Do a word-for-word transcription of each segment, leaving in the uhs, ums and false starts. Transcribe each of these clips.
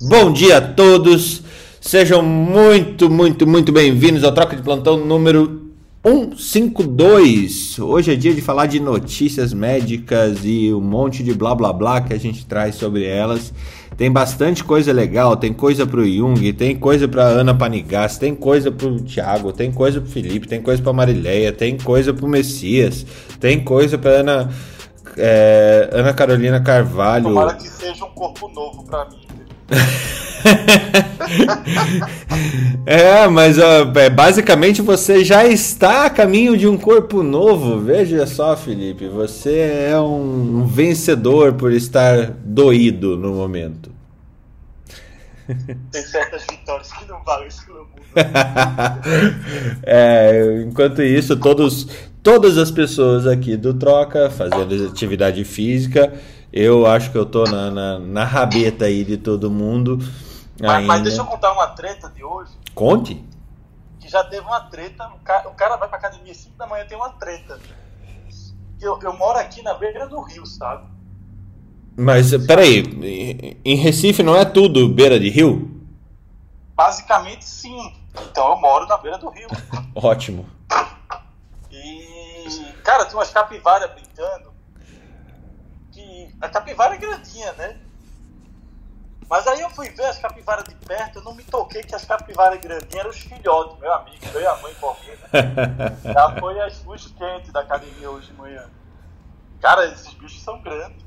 Bom dia a todos, sejam muito, muito, muito bem-vindos ao Troca de Plantão número cento e cinquenta e dois. Hoje é dia de falar de notícias médicas e um monte de blá blá blá que a gente traz sobre elas. Tem bastante coisa legal, tem coisa pro Jung, tem coisa pra Ana Panigas, tem coisa pro Thiago, tem coisa pro Felipe, tem coisa pra Marileia, tem coisa pro Messias, tem coisa pra Ana, é, Ana Carolina Carvalho. Tomara que seja um corpo novo pra mim. É, mas ó, basicamente você já está a caminho de um corpo novo. Veja só, Felipe, você é um, um vencedor por estar doído no momento. Tem certas vitórias que não valem esse mundo. É, enquanto isso, todos, todas as pessoas aqui do Troca fazendo atividade física, eu acho que eu tô na, na, na rabeta aí de todo mundo. Mas, mas deixa eu contar uma treta de hoje. Conte. Que já teve uma treta. O cara, o cara vai pra academia às cinco da manhã, tem uma treta. Eu, eu moro aqui na beira do rio, sabe? Mas, peraí, em Recife não é tudo beira de rio? Basicamente, sim. Então eu moro na beira do rio. Ótimo. E, cara, tem umas capivaras brincando. Que a capivara é grandinha, né? Mas aí eu fui ver as capivaras de perto, eu não me toquei que as capivaras grandinhas eram os filhotes, meu amigo, eu e a mãe correndo. Já foi as luzes quentes da academia hoje de manhã. Cara, esses bichos são grandes.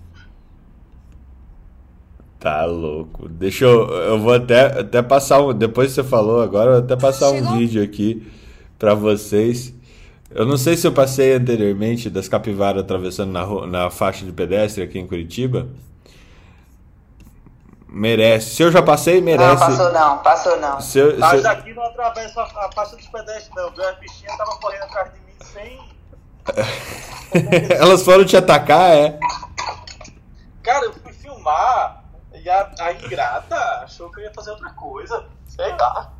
Tá louco. Deixa eu. Eu vou até, até passar um. Depois que você falou agora, eu vou até passar Chegou. um vídeo aqui pra vocês. Eu não sei se eu passei anteriormente das capivaras atravessando na, na faixa de pedestre aqui em Curitiba. Merece. Se eu já passei, merece. Não, passou não, passou não. Se eu, Mas se eu... aqui não atravessa a, a faixa dos pedestres, não, viu? As bichinhas estavam correndo atrás de mim sem. Elas foram te atacar, é? Cara, eu fui filmar e a, a ingrata achou que eu ia fazer outra coisa. Sei lá.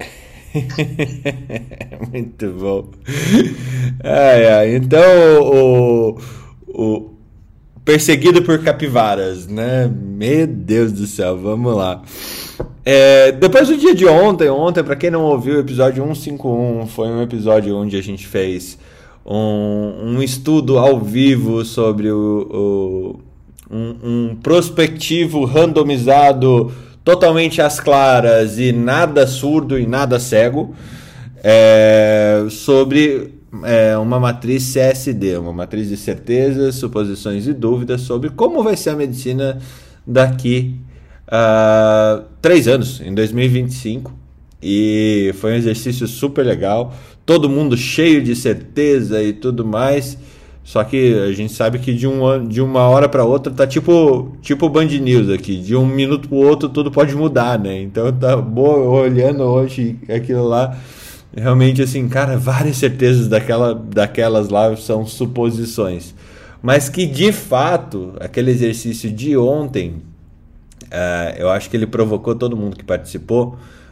Muito bom. Ai, ai. Então, o, o perseguido por capivaras, né? Meu Deus do céu, vamos lá. É, depois do dia de ontem, ontem, para quem não ouviu, o episódio cento e cinquenta e um foi um episódio onde a gente fez um, um estudo ao vivo sobre o, o, um, um prospectivo randomizado totalmente às claras e nada surdo e nada cego, é, sobre é, uma matriz C S D, uma matriz de certezas, suposições e dúvidas sobre como vai ser a medicina daqui a três anos, em dois mil e vinte e cinco. E foi um exercício super legal, todo mundo cheio de certeza e tudo mais. Só que a gente sabe que de, um, de uma hora para outra tá tipo tipo Band News aqui. De um minuto pro outro tudo pode mudar, né? Então tá boa, olhando hoje aquilo lá. Realmente assim, cara, várias certezas daquela, daquelas lá são suposições. Mas que de fato, aquele exercício de ontem, uh, eu acho que ele provocou todo mundo que participou.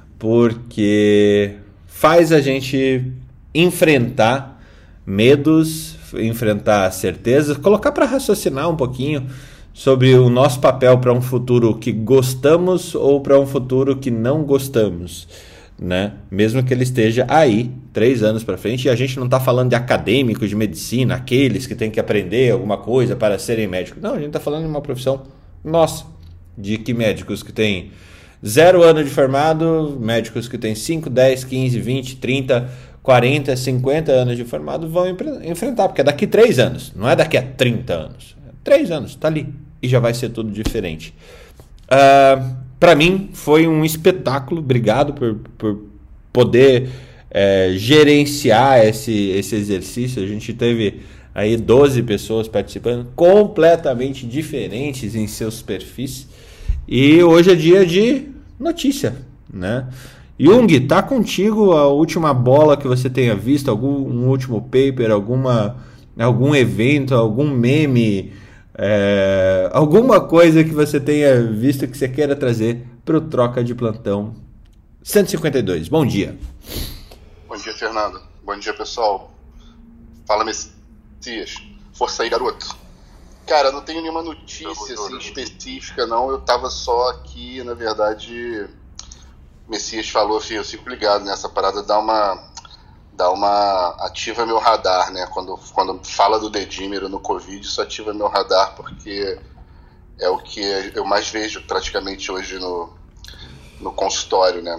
Porque faz a gente enfrentar medos, enfrentar certezas, colocar para raciocinar um pouquinho sobre o nosso papel para um futuro que gostamos ou para um futuro que não gostamos, né? Mesmo que ele esteja aí, três anos para frente, e a gente não está falando de acadêmicos de medicina, aqueles que têm que aprender alguma coisa para serem médicos. Não, a gente está falando de uma profissão nossa, de que médicos que têm zero ano de formado, médicos que têm cinco, dez, quinze, vinte, trinta, quarenta, cinquenta anos de formado vão enfrentar, porque é daqui três anos, não é daqui a trinta anos. três anos, tá ali, e já vai ser tudo diferente. Uh, para mim, foi um espetáculo, obrigado por, por poder é, gerenciar esse, esse exercício. A gente teve aí doze pessoas participando, completamente diferentes em seus perfis, e hoje é dia de notícia, né? Jung, tá contigo a última bola que você tenha visto, algum um último paper, alguma, algum evento, algum meme, é, alguma coisa que você tenha visto que você queira trazer para o Troca de Plantão cento e cinquenta e dois. Bom dia. Bom dia, Fernando. Bom dia, pessoal. Fala, Messias. Força aí, garoto. Cara, eu não tenho nenhuma notícia assim, específica, não. Eu tava só aqui, na verdade, Messias falou, filho, eu fico ligado nessa parada, dá uma, dá uma, ativa meu radar, né? Quando, quando fala do dedímero no Covid, isso ativa meu radar, porque é o que eu mais vejo praticamente hoje no, no consultório, né?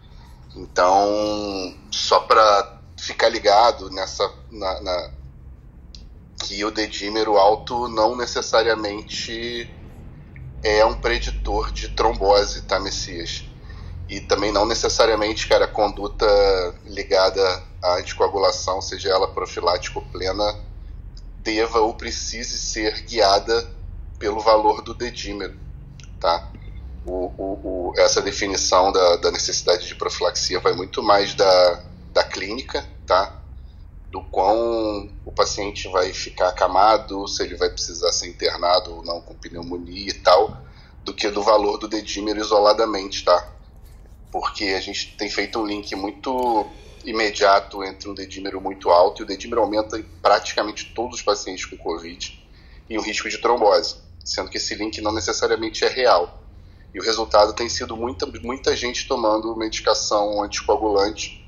Então, só para ficar ligado nessa, na, na, que o dedímero alto não necessariamente é um preditor de trombose, tá, Messias? E também não necessariamente, cara, a conduta ligada à anticoagulação, seja ela profilática ou plena, deva ou precise ser guiada pelo valor do dedímero, tá? O, o, o, essa definição da, da necessidade de profilaxia vai muito mais da, da clínica, tá? Do quão o paciente vai ficar acamado, se ele vai precisar ser internado ou não com pneumonia e tal, do que do valor do dedímero isoladamente, tá? Porque a gente tem feito um link muito imediato entre um dedímero muito alto, e o dedímero aumenta em praticamente todos os pacientes com Covid, e o risco de trombose, sendo que esse link não necessariamente é real. E o resultado tem sido muita, muita gente tomando medicação anticoagulante,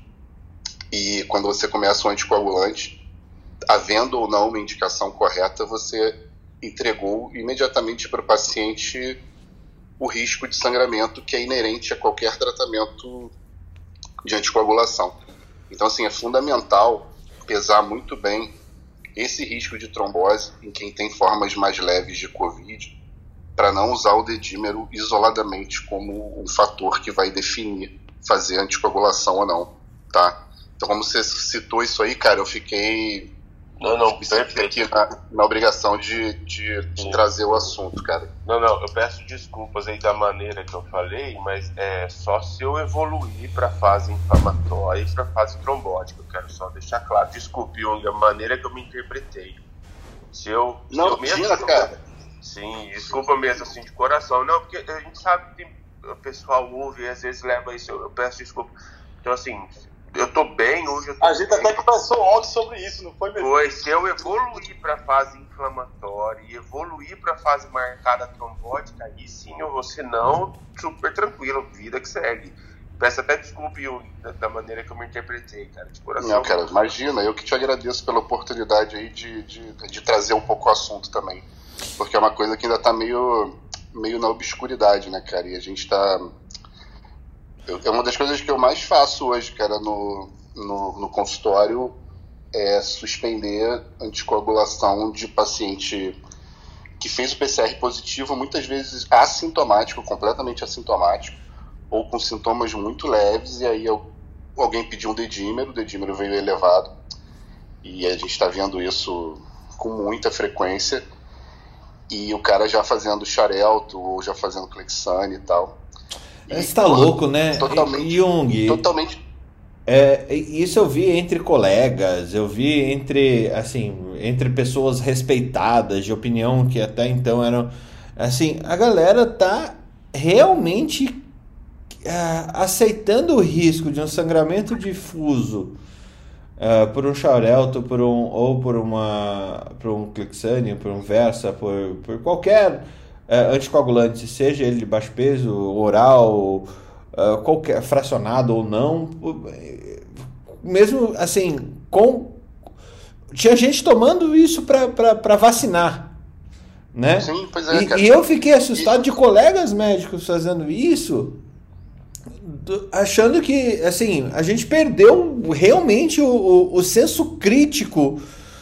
e quando você começa um anticoagulante, havendo ou não uma indicação correta, você entregou imediatamente para o paciente o risco de sangramento que é inerente a qualquer tratamento de anticoagulação. Então, assim, é fundamental pesar muito bem esse risco de trombose em quem tem formas mais leves de Covid, para não usar o dedímero isoladamente como um fator que vai definir fazer anticoagulação ou não, tá? Então, como você citou isso aí, cara, eu fiquei não, não, perfeito. aqui na, na obrigação de, de, de trazer o assunto, cara. Não, não, eu peço desculpas aí da maneira que eu falei, mas é só se eu evoluir para fase inflamatória e para fase trombótica. Eu quero só deixar claro. Desculpe, Jung, a maneira que eu me interpretei. Se eu, se não, eu mesmo, tira, cara. Sim, desculpa mesmo, assim, de coração. Não, porque a gente sabe que tem, o pessoal ouve e às vezes leva isso, eu, eu peço desculpa. Então, assim, eu tô bem hoje. Eu tô a gente bem. até conversou ontem sobre isso, não foi mesmo? Foi, se eu evoluir para fase inflamatória e evoluir para fase marcada trombótica, aí sim eu vou, se não, super tranquilo, vida que segue. Peço até desculpa da, da maneira que eu me interpretei, cara, de coração. Não, cara, imagina, eu que te agradeço pela oportunidade aí de, de, de trazer um pouco o assunto também. Porque é uma coisa que ainda tá meio, meio na obscuridade, né, cara? E a gente tá... Eu, é uma das coisas que eu mais faço hoje, cara, no, no, no consultório, é suspender anticoagulação de paciente que fez o P C R positivo, muitas vezes assintomático, completamente assintomático, ou com sintomas muito leves, e aí eu, alguém pediu um dedímero, o dedímero veio elevado, e a gente está vendo isso com muita frequência, e o cara já fazendo Xarelto, ou já fazendo Clexane e tal. Você tá louco, né? Totalmente. Jung, Totalmente. É, isso eu vi entre colegas, eu vi entre, assim, entre pessoas respeitadas, de opinião que até então eram... Assim, a galera tá realmente uh, aceitando o risco de um sangramento difuso uh, por um Xarelto, por um, ou por, uma, por um Clexane, por um Versa, por, por qualquer uh, anticoagulante, seja ele de baixo peso, oral... Uh, qualquer fracionado ou não, mesmo assim, com tinha gente tomando isso para vacinar, né? Sim, pois é, e, cara. e eu fiquei assustado de colegas médicos fazendo isso, achando que assim a gente perdeu realmente o, o, o senso crítico.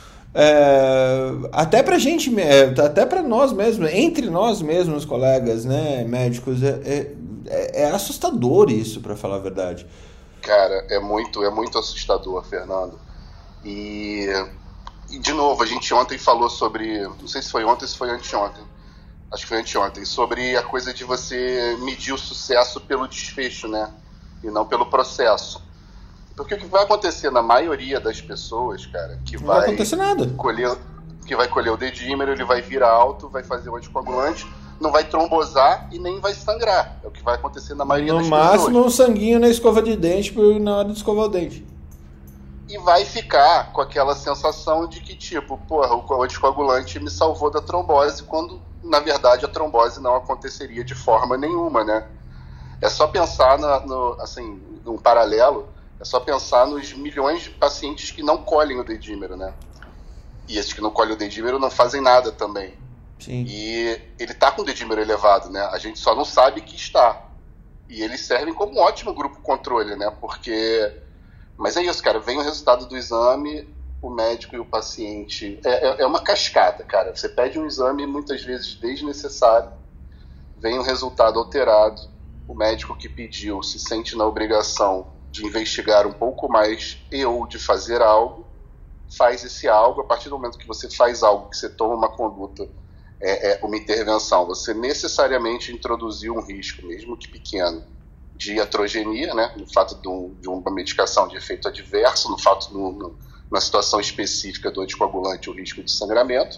É, até pra gente, até pra nós mesmos, entre nós mesmos, colegas, né, médicos, é, é, é assustador isso, pra falar a verdade. Cara, é muito, é muito assustador, Fernando. E, e, de novo, a gente ontem falou sobre, não sei se foi ontem ou se foi anteontem, acho que foi anteontem, sobre a coisa de você medir o sucesso pelo desfecho, né, e não pelo processo. Porque o que vai acontecer na maioria das pessoas, cara, que não vai, vai acontecer nada. Colher, que vai colher o dedímero, ele vai vir alto, vai fazer o anticoagulante, não vai trombosar e nem vai sangrar. É o que vai acontecer na maioria no das máximo, pessoas. um sanguinho na escova de dente na hora de escovar o dente. e vai ficar com aquela sensação de que, tipo, porra, o anticoagulante me salvou da trombose, quando, na verdade, a trombose não aconteceria de forma nenhuma, né? É só pensar, na, no, assim, num paralelo, é só pensar nos milhões de pacientes que não colhem o dedímero, né? E esses que não colhem o dedímero não fazem nada também. Sim. E ele tá com o dedímero elevado, né? A gente só não sabe que está. E eles servem como um ótimo grupo controle, né? Porque... Mas é isso, cara. Vem o resultado do exame, o médico e o paciente... É, é, é uma cascata, cara. Você pede um exame, muitas vezes desnecessário. Vem o resultado alterado. O médico que pediu se sente na obrigação de investigar um pouco mais e ou de fazer algo. Faz esse algo. A partir do momento que você faz algo, que você toma uma conduta, é, é uma intervenção, você necessariamente introduziu um risco, mesmo que pequeno, de iatrogenia, né, no fato de, um, de uma medicação de efeito adverso, no fato, no, no, na situação específica do anticoagulante, o risco de sangramento.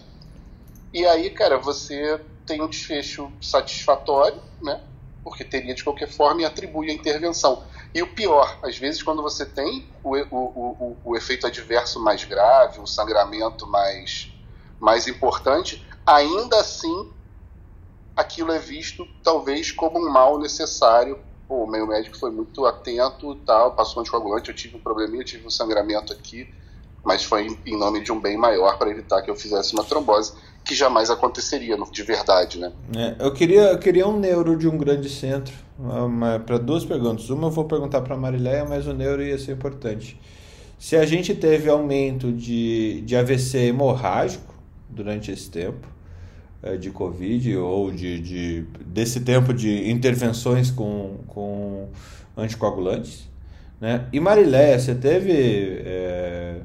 E aí, cara, você tem um desfecho satisfatório, né, porque teria de qualquer forma, e atribui a intervenção. E o pior, às vezes quando você tem o, o, o, o efeito adverso mais grave, o sangramento mais, mais importante, ainda assim aquilo é visto talvez como um mal necessário. Pô, o meu médico foi muito atento, tal, passou um anticoagulante, eu tive um probleminha, eu tive um sangramento aqui, mas foi em, em nome de um bem maior para evitar que eu fizesse uma trombose, que jamais aconteceria de verdade, né? É, eu, queria, eu queria um neuro de um grande centro, para duas perguntas. Uma eu vou perguntar para a Marileia, mas o neuro ia ser importante. Se a gente teve aumento de, de A V C hemorrágico durante esse tempo, de Covid, ou de, de, desse tempo de intervenções com, com anticoagulantes, né? E Marileia, você teve é,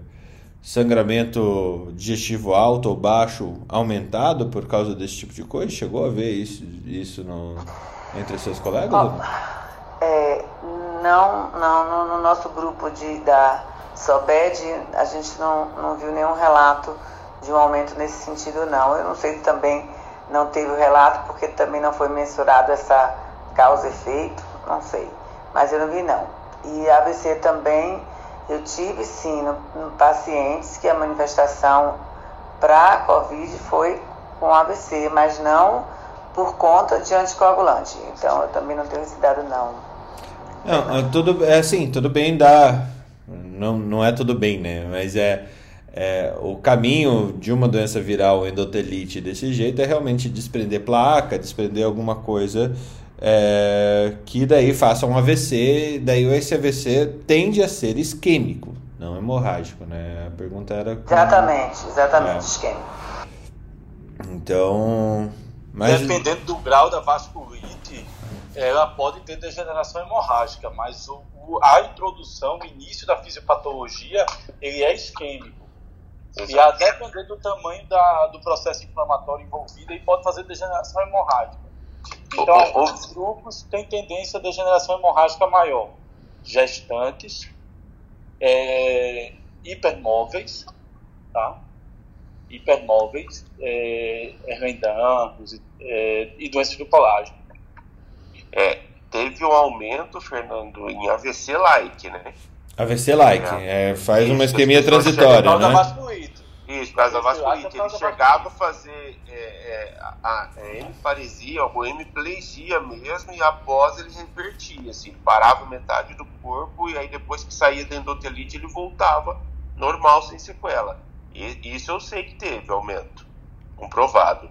sangramento digestivo alto ou baixo aumentado por causa desse tipo de coisa? Chegou a ver isso, isso no, entre seus colegas? Oh, é, não, não no, no nosso grupo de, da SOBED, a gente não, não viu nenhum relato de um aumento nesse sentido, não. Eu não sei se também não teve o relato, porque também não foi mensurado essa causa-efeito, não sei. Mas eu não vi, não. E A V C também, eu tive, sim, no, no pacientes que a manifestação para a Covid foi com A V C, mas não por conta de anticoagulante. Então, eu também não tenho esse dado, não. Não, tudo, é assim, tudo bem dá... Não, não é tudo bem, né? Mas é... É, o caminho de uma doença viral endotelite desse jeito é realmente desprender placa, desprender alguma coisa é, que daí faça um A V C, daí esse A V C tende a ser isquêmico, não hemorrágico, né? A pergunta era... Como... Exatamente, exatamente, é. Isquêmico. Então... Mas... Dependendo do grau da vasculite, ela pode ter degeneração hemorrágica, mas o, o, a introdução, o início da fisiopatologia, ele é isquêmico. E a depender do tamanho da, do processo inflamatório envolvido, ele pode fazer degeneração hemorrágica. Então, alguns grupos têm tendência a degeneração hemorrágica maior. Gestantes, é, hipermóveis, tá? Hipermóveis, é, Erlendan, é, e doenças do colágeno. É, teve um aumento, Fernando, em A V C-like, né? A V C-like, é. É, faz isso, uma isquemia transitória, né? Isso, por causa da vasculite. Ele chegava a fazer é, é, a, a hemiparesia, ou hemiplegia mesmo, e após ele revertia, assim, parava metade do corpo, e aí depois que saía da endotelite ele voltava normal, sem sequela. E isso eu sei que teve aumento, comprovado.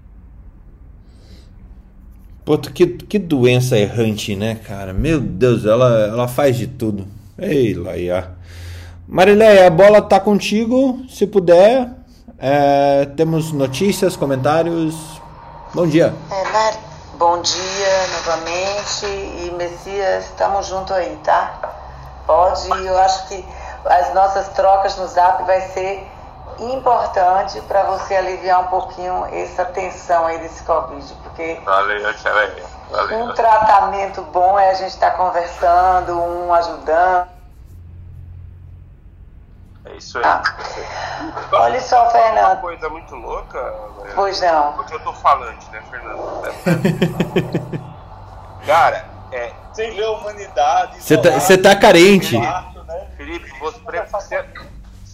Puta, que, que doença errante, né, cara? Meu Deus, ela, ela faz de tudo. Ei, Laia. Marileia, a bola tá contigo, se puder. É, temos notícias, comentários. Bom dia. É, Mar... Bom dia novamente. E Messias, estamos junto aí, tá? Pode, eu acho que as nossas trocas no Zap vai ser importante para você aliviar um pouquinho essa tensão aí desse Covid, porque valeu, valeu, valeu. Um tratamento bom é a gente estar tá conversando, um ajudando. É isso aí. Ah. Olha só, Fernando. Uma coisa muito louca. Pois não. Porque eu tô falante, né, Fernando? Cara, é. Sem ver a humanidade. Você tá, tá carente. Felipe, você,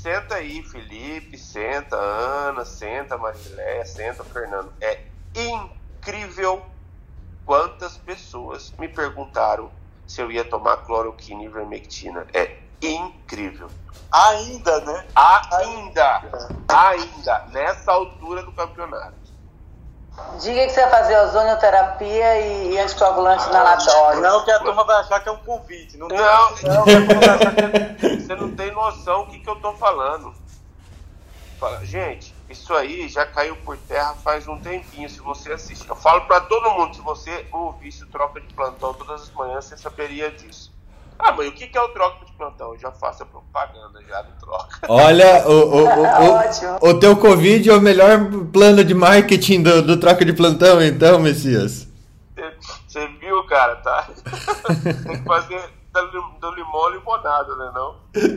senta aí, Felipe, senta, Ana, senta, Marilé, senta, Fernando. É incrível quantas pessoas me perguntaram se eu ia tomar cloroquina e ivermectina. É incrível. Ainda, né? Ainda, ainda, nessa altura do campeonato. Diga que você vai fazer ozonioterapia e, e anticoagulante inalatório. Não, que a turma vai achar que é um convite. Não, Não, não, a turma vai achar que você não tem noção do que, que eu tô falando. Fala, gente, isso aí já caiu por terra faz um tempinho, se você assistir. Eu falo pra todo mundo, se você ouvisse o Troca de Plantão todas as manhãs, você saberia disso. Ah, mas o que é o Troca de Plantão? Eu já faço a propaganda já do Troca. Olha, o, o, o, o, o teu Covid é o melhor plano de marketing do, do Troca de Plantão, então, Messias. Você viu, cara, tá? Tem que fazer do limão limonada, né não?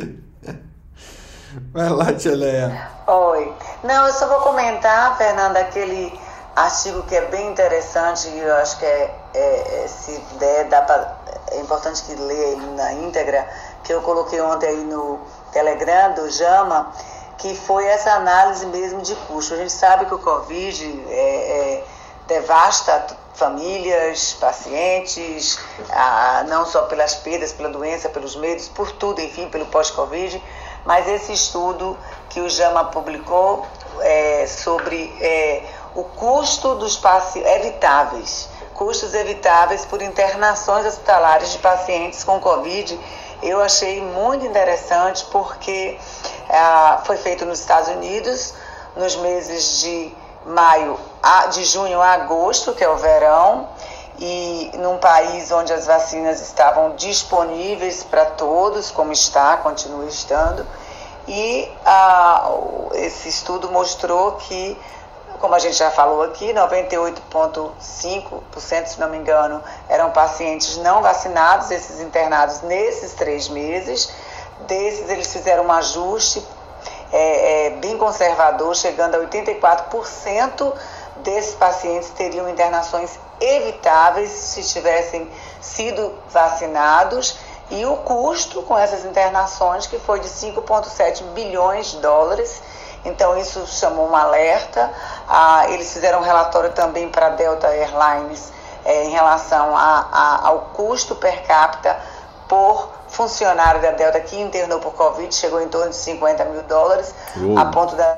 Vai lá, tia Leia. Oi. Não, eu só vou comentar, Fernanda, aquele artigo que é bem interessante e eu acho que é, é, se der, dá pra, é importante que leia ele na íntegra, que eu coloquei ontem aí no Telegram do Jama, que foi essa análise mesmo de custo. A gente sabe que o Covid é, é, devasta famílias, pacientes, a, não só pelas perdas, pela doença, pelos medos, por tudo, enfim, pelo pós-Covid. Mas esse estudo que o Jama publicou é, sobre é, o custo dos pacientes evitáveis, custos evitáveis por internações hospitalares de pacientes com Covid, eu achei muito interessante porque ah, foi feito nos Estados Unidos, nos meses de maio, a, de junho a agosto, que é o verão, e num país onde as vacinas estavam disponíveis para todos, como está, continua estando, e ah, esse estudo mostrou que, como a gente já falou aqui, noventa e oito vírgula cinco por cento, se não me engano, eram pacientes não vacinados, esses internados nesses três meses. Desses, eles fizeram um ajuste é, é, bem conservador, chegando a oitenta e quatro por cento desses pacientes teriam internações evitáveis se tivessem sido vacinados, e o custo com essas internações que foi de cinco vírgula sete bilhões de dólares. Então isso chamou um alerta. Ah, eles fizeram um relatório também para a Delta Airlines é, em relação a, a, ao custo per capita por funcionário da Delta que internou por Covid, chegou em torno de cinquenta mil dólares, uh. a ponto da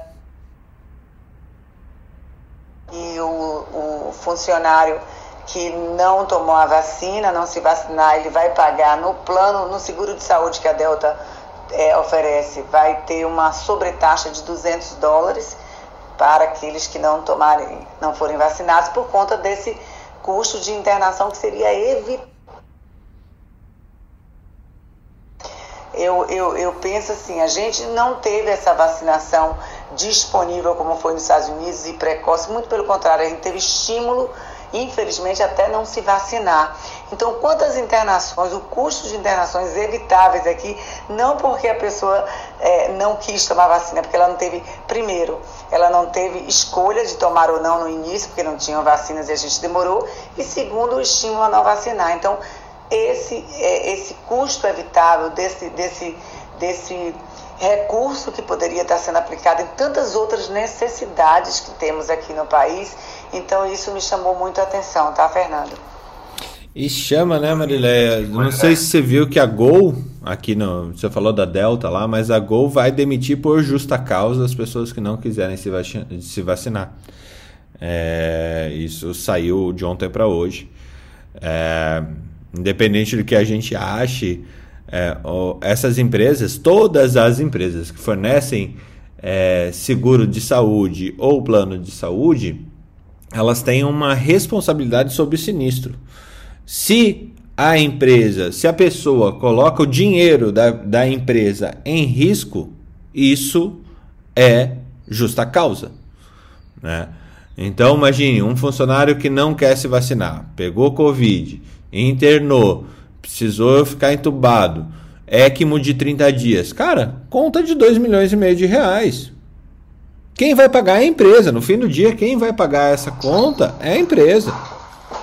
e o, o funcionário que não tomou a vacina, não se vacinar, ele vai pagar no plano, no seguro de saúde que a Delta é, oferece, vai ter uma sobretaxa de duzentos dólares para aqueles que não tomarem, não forem vacinados, por conta desse custo de internação que seria evitado. Eu, eu, eu penso assim, a gente não teve essa vacinação disponível como foi nos Estados Unidos e precoce, muito pelo contrário, a gente teve estímulo, infelizmente, até não se vacinar. Então, quantas internações, o custo de internações evitáveis aqui, não porque a pessoa é, não quis tomar vacina, porque ela não teve, primeiro, ela não teve escolha de tomar ou não no início, porque não tinham vacinas e a gente demorou, e segundo, o estímulo a não vacinar. Então, esse, é, esse custo evitável desse, desse, desse recurso que poderia estar sendo aplicado em tantas outras necessidades que temos aqui no país, então isso me chamou muito a atenção, tá, Fernando? E chama, né, Marileia? Não sei se você viu que a Gol, aqui no, você falou da Delta lá, mas a Gol vai demitir por justa causa as pessoas que não quiserem se, vac- se vacinar. É, isso saiu de ontem para hoje. É, independente do que a gente ache, é, ó, essas empresas, todas as empresas que fornecem é, seguro de saúde ou plano de saúde, elas têm uma responsabilidade sobre o sinistro. Se a empresa, se a pessoa coloca o dinheiro da, da empresa em risco, isso é justa causa, né? Então, imagine um funcionário que não quer se vacinar, pegou Covid, internou, precisou ficar entubado, ECMO de trinta dias. Cara, conta de dois milhões e meio de reais. Quem vai pagar é a empresa. No fim do dia, quem vai pagar essa conta é a empresa. Agora, Fernando,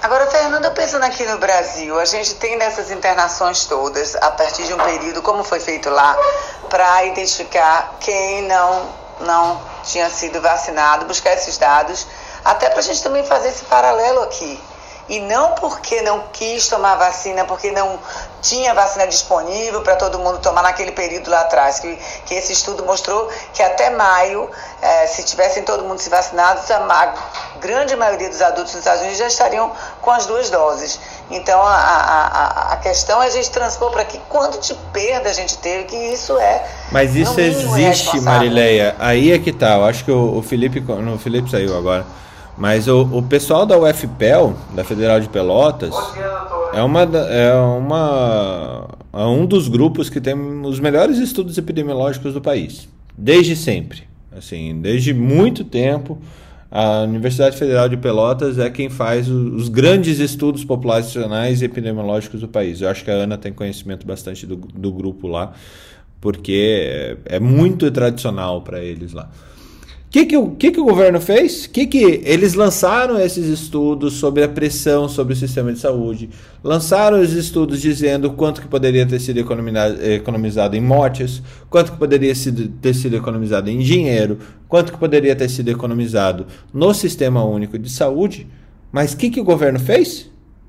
Fernando, pensando aqui no Brasil, a gente tem nessas internações todas, a partir de um período, como foi feito lá, para identificar quem não, não tinha sido vacinado, buscar esses dados, até para a gente também fazer esse paralelo aqui. E não porque não quis tomar vacina, porque não tinha vacina disponível para todo mundo tomar naquele período lá atrás, que, que esse estudo mostrou que até maio, eh, se tivessem todo mundo se vacinado, a grande maioria dos adultos nos Estados Unidos já estariam com as duas doses. Então a, a, a questão é a gente transpor para que quanto de perda a gente teve, que isso é... Mas isso existe, Marileia. Aí é que tá, eu acho que o, o Felipe, não, o Felipe saiu agora. Mas o, o pessoal da U F P E L, da Federal de Pelotas, é, uma, é, uma, é um dos grupos que tem os melhores estudos epidemiológicos do país. Desde sempre. Assim, desde muito tempo, a Universidade Federal de Pelotas é quem faz os, os grandes estudos populacionais e epidemiológicos do país. Eu acho que a Ana tem conhecimento bastante do, do grupo lá, porque é, é muito tradicional para eles lá. O que, que, que, que o governo fez? Que que eles lançaram esses estudos sobre a pressão sobre o sistema de saúde, lançaram os estudos dizendo quanto que poderia ter sido economizado em mortes, quanto que poderia ter sido economizado em dinheiro, quanto que poderia ter sido economizado no Sistema Único de Saúde. Mas o que, que o governo fez?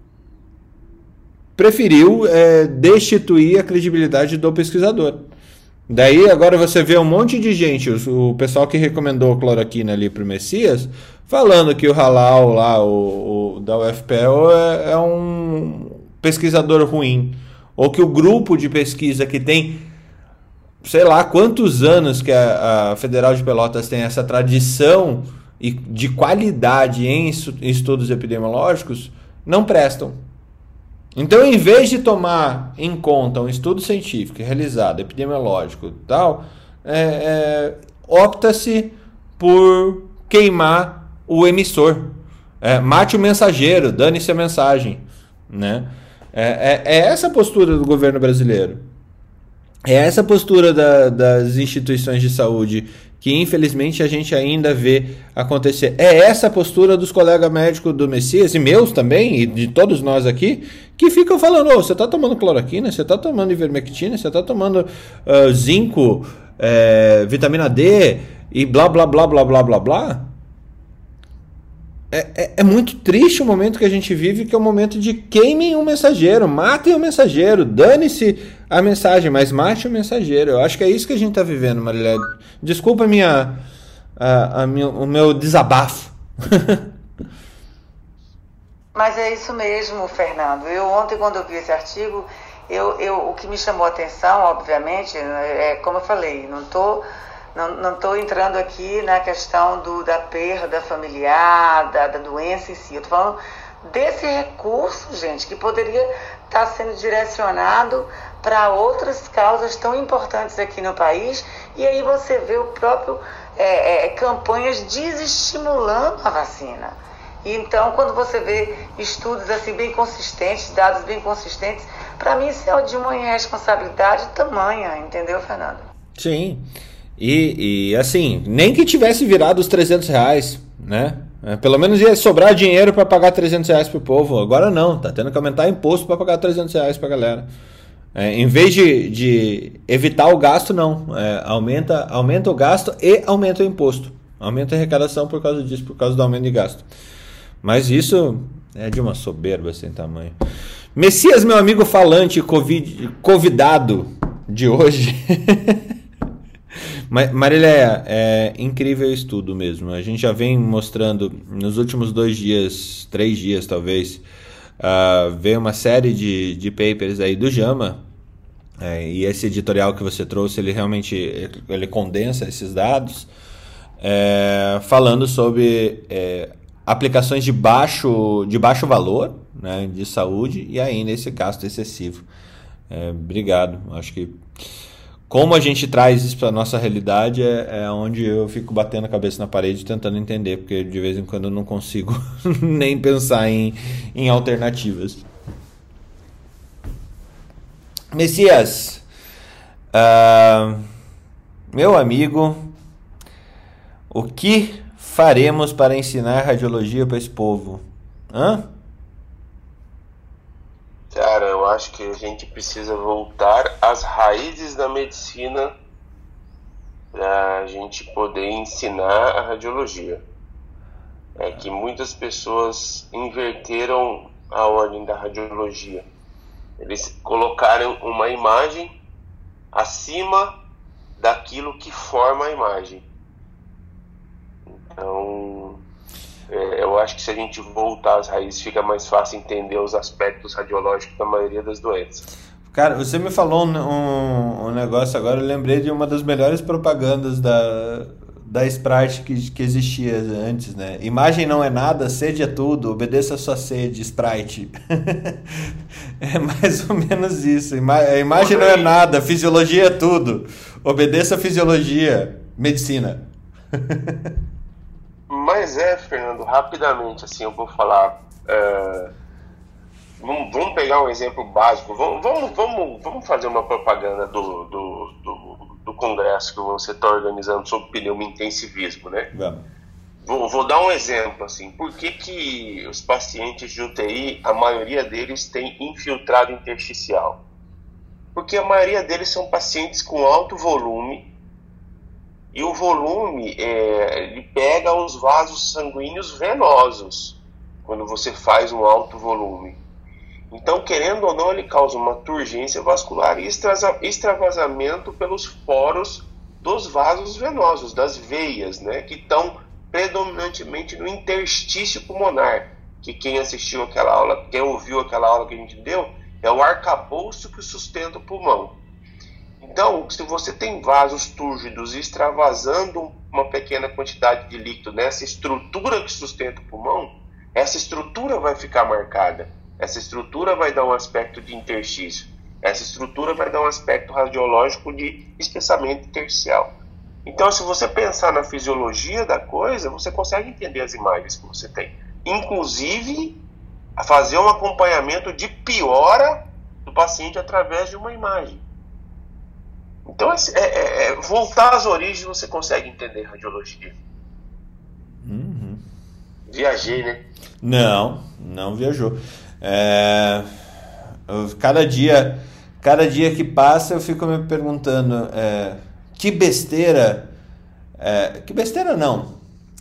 Preferiu é, destituir a credibilidade do pesquisador. Daí agora você vê um monte de gente, o, o pessoal que recomendou cloroquina ali pro Messias, falando que o Halal lá, o, o da U F P E L é, é um pesquisador ruim, ou que o grupo de pesquisa que tem, sei lá quantos anos que a, a Federal de Pelotas tem essa tradição e de qualidade em estudos epidemiológicos, não prestam. Então, em vez de tomar em conta um estudo científico realizado, epidemiológico e tal, é, é, opta-se por queimar o emissor. É, mate o mensageiro, dane-se a mensagem. Né? É, é, é essa a postura do governo brasileiro. É essa a postura da, das instituições de saúde que, infelizmente, a gente ainda vê acontecer. É essa a postura dos colegas médicos do Messias, e meus também, e de todos nós aqui, que ficam falando, oh, você está tomando cloroquina, você está tomando ivermectina, você está tomando uh, zinco, é, vitamina D, e blá, blá, blá, blá, blá, blá, blá. É, é, é muito triste o momento que a gente vive, que é o momento de queimem o mensageiro, matem o mensageiro, dane-se a mensagem, mas mate o mensageiro. Eu acho que é isso que a gente está vivendo, Marilé. Desculpa a minha, a, a minha, o meu desabafo. Mas é isso mesmo, Fernando. Eu ontem, quando eu vi esse artigo, eu, eu, o que me chamou a atenção, obviamente, é como eu falei, não estou... Não não estou entrando aqui na questão do, da perda familiar, da, da doença em si. Eu estou falando desse recurso, gente, que poderia estar sendo direcionado para outras causas tão importantes aqui no país. E aí você vê o próprio é, é, campanhas desestimulando a vacina. Então, quando você vê estudos assim bem consistentes, dados bem consistentes, para mim isso é de uma irresponsabilidade tamanha, entendeu, Fernando? Sim. E, e assim, nem que tivesse virado os trezentos reais, né? É, pelo menos ia sobrar dinheiro para pagar trezentos reais pro povo. Agora não, tá tendo que aumentar imposto para pagar trezentos reais pra galera. É, em vez de, de evitar o gasto, não. É, aumenta, aumenta o gasto e aumenta o imposto. Aumenta a arrecadação por causa disso, por causa do aumento de gasto. Mas isso é de uma soberba sem tamanho. Messias, meu amigo falante, COVID, convidado de hoje... Marileia, é incrível o estudo mesmo. A gente já vem mostrando nos últimos dois dias, três dias talvez, uh, veio uma série de, de papers aí do JAMA, é, e esse editorial que você trouxe, ele realmente ele condensa esses dados, é, falando sobre é, aplicações de baixo, de baixo valor, né, de saúde, e ainda esse gasto excessivo. É, obrigado, acho que como a gente traz isso para a nossa realidade é, é onde eu fico batendo a cabeça na parede tentando entender, porque de vez em quando eu não consigo nem pensar em, em alternativas. Messias, uh, meu amigo, o que faremos para ensinar radiologia para esse povo? Hã? acho que a gente precisa voltar às raízes da medicina para a gente poder ensinar a radiologia. É que muitas pessoas inverteram a ordem da radiologia. Eles colocaram uma imagem acima daquilo que forma a imagem. Então, é, eu acho que se a gente voltar às raízes, fica mais fácil entender os aspectos radiológicos da maioria das doenças. Cara, você me falou um, um, um negócio agora, eu lembrei de uma das melhores propagandas da, da Sprite que, que existia antes, né? Imagem não é nada, sede é tudo, obedeça a sua sede, Sprite. É mais ou menos isso. Ima- imagem não é nada, fisiologia é tudo, obedeça a fisiologia, medicina. Mas é, Fernando, rapidamente, assim, eu vou falar... É... Vamos, vamos pegar um exemplo básico, vamos, vamos, vamos, vamos fazer uma propaganda do, do, do, do congresso que você está organizando sobre pneumointensivismo, né? Vamos. Vou, vou dar um exemplo, assim, por que que os pacientes de U T I, a maioria deles tem infiltrado intersticial? Porque a maioria deles são pacientes com alto volume, e o volume, é, ele pega os vasos sanguíneos venosos, quando você faz um alto volume. Então, querendo ou não, ele causa uma turgência vascular e extravasamento pelos poros dos vasos venosos, das veias, né, que estão predominantemente no interstício pulmonar, que quem assistiu aquela aula, quem ouviu aquela aula que a gente deu, é o arcabouço que sustenta o pulmão. Então, se você tem vasos túrgidos extravasando uma pequena quantidade de líquido nessa estrutura que sustenta o pulmão, essa estrutura vai ficar marcada. Essa estrutura vai dar um aspecto de interstício. Essa estrutura vai dar um aspecto radiológico de espessamento intersticial. Então, se você pensar na fisiologia da coisa, você consegue entender as imagens que você tem. Inclusive, a fazer um acompanhamento de piora do paciente através de uma imagem. Então, é, é, é, voltar às origens, você consegue entender radiologia. Uhum. Viajei, né? Não, não viajou. É, eu, cada dia, cada dia que passa eu fico me perguntando é, que besteira, é, que besteira não,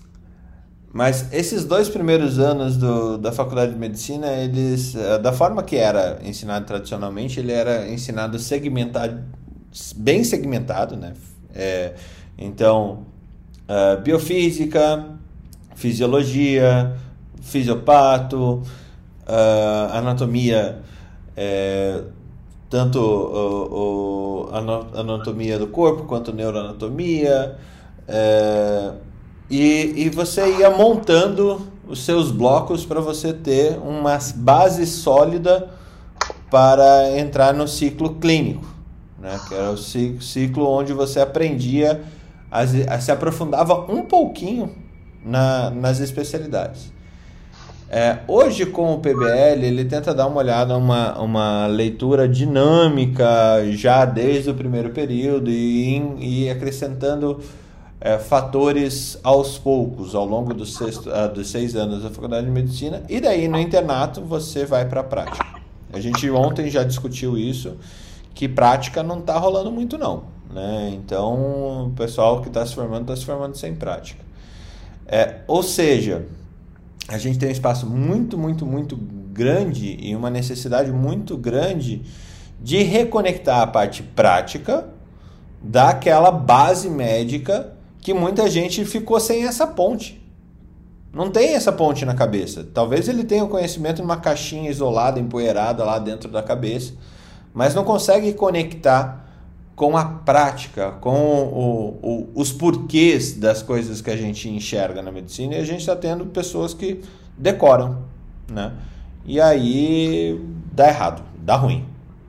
mas esses dois primeiros anos do, da faculdade de medicina, eles, da forma que era ensinado tradicionalmente, ele era ensinado segmentado, bem segmentado, né? É, então, uh, biofísica, fisiologia, fisiopato, Uh, anatomia, é, tanto o, o, a anatomia do corpo quanto neuroanatomia, é, e, e você ia montando os seus blocos para você ter uma base sólida para entrar no ciclo clínico, né? Que era o ciclo onde você aprendia, a, a, se aprofundava um pouquinho na, nas especialidades. É, hoje, com o P B L, ele tenta dar uma olhada, uma, uma leitura dinâmica já desde o primeiro período e, e acrescentando é, fatores aos poucos, ao longo dos, sexto, uh, dos seis anos da faculdade de medicina, e daí no internato você vai para a prática. A gente ontem já discutiu isso, que prática não está rolando muito não, né? Então o pessoal que está se formando, está se formando sem prática. É, ou seja... A gente tem um espaço muito, muito, muito grande e uma necessidade muito grande de reconectar a parte prática daquela base médica que muita gente ficou sem essa ponte. Não tem essa ponte na cabeça. Talvez ele tenha o conhecimento numa caixinha isolada, empoeirada lá dentro da cabeça, mas não consegue conectar com a prática, com o, o, os porquês das coisas que a gente enxerga na medicina, e a gente está tendo pessoas que decoram, né? E aí dá errado, dá ruim.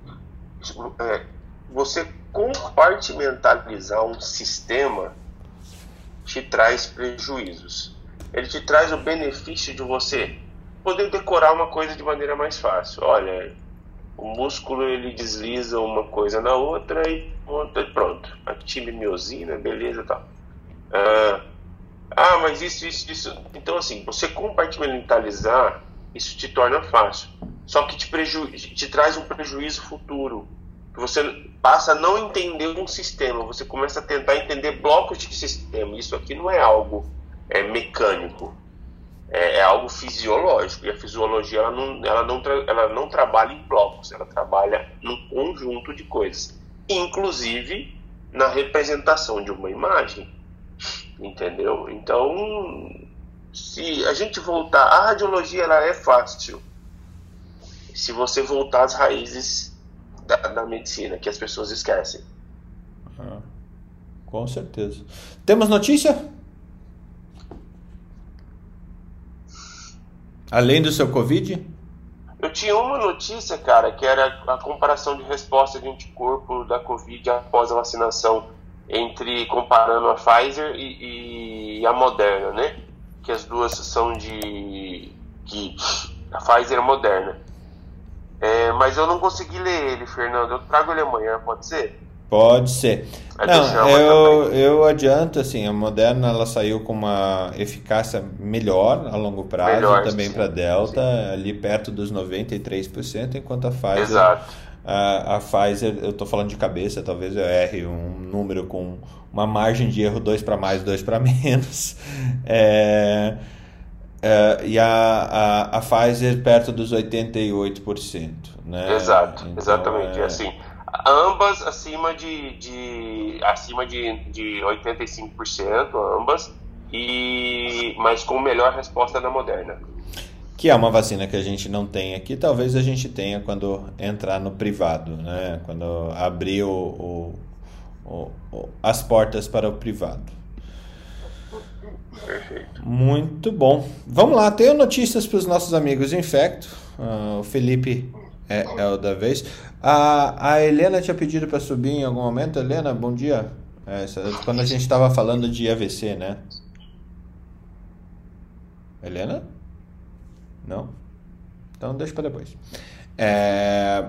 Você compartimentalizar um sistema te traz prejuízos. Ele te traz o benefício de você poder decorar uma coisa de maneira mais fácil. Olha, o músculo ele desliza uma coisa na outra e pronto. Actina miosina, beleza e tal. Ah, ah, mas isso, isso, isso. Então, assim, você compartimentalizar, isso te torna fácil. só que te, preju- te traz um prejuízo futuro. Você passa a não entender um sistema, você começa a tentar entender blocos de sistema. Isso aqui não é algo é, mecânico, é, é algo fisiológico. E a fisiologia ela não, ela, não tra- ela não trabalha em blocos, ela trabalha num conjunto de coisas, inclusive na representação de uma imagem, entendeu? Então, se a gente voltar, a radiologia ela é fácil se você voltar às raízes Da, da medicina, que as pessoas esquecem. Ah, com certeza. Temos notícia? Além do seu Covid? Eu tinha uma notícia, cara, que era a comparação de resposta de anticorpo da Covid após a vacinação, entre comparando a Pfizer e, e a Moderna, né? Que as duas são de... que a Pfizer é Moderna. É, mas eu não consegui ler ele, Fernando. Eu trago ele amanhã, pode ser? Pode ser. É Não, eu, eu adianto, assim, a Moderna ela saiu com uma eficácia melhor a longo prazo, Melhor, também sim, para Delta, sim. ali perto dos noventa e três por cento, enquanto a Pfizer... Exato. A, a Pfizer, eu estou falando de cabeça, talvez eu erre um número com uma margem de erro dois para mais, dois para menos. É... Uh, e a, a, a Pfizer perto dos oitenta e oito por cento, né? Exato, então, exatamente. É... Assim, ambas acima de, de, acima de, de oitenta e cinco por cento, ambas, e, mas com melhor resposta da Moderna. Que é uma vacina que a gente não tem aqui, talvez a gente tenha quando entrar no privado, né? Quando abrir o, o, o, o, as portas para o privado. Perfeito. Muito bom. Vamos lá, tenho notícias para os nossos amigos infecto. Uh, o Felipe é, é o da vez. A, a Helena tinha pedido para subir em algum momento. Helena, bom dia. É, quando a gente estava falando de A V C, né? Helena? Não? Então deixa para depois. É...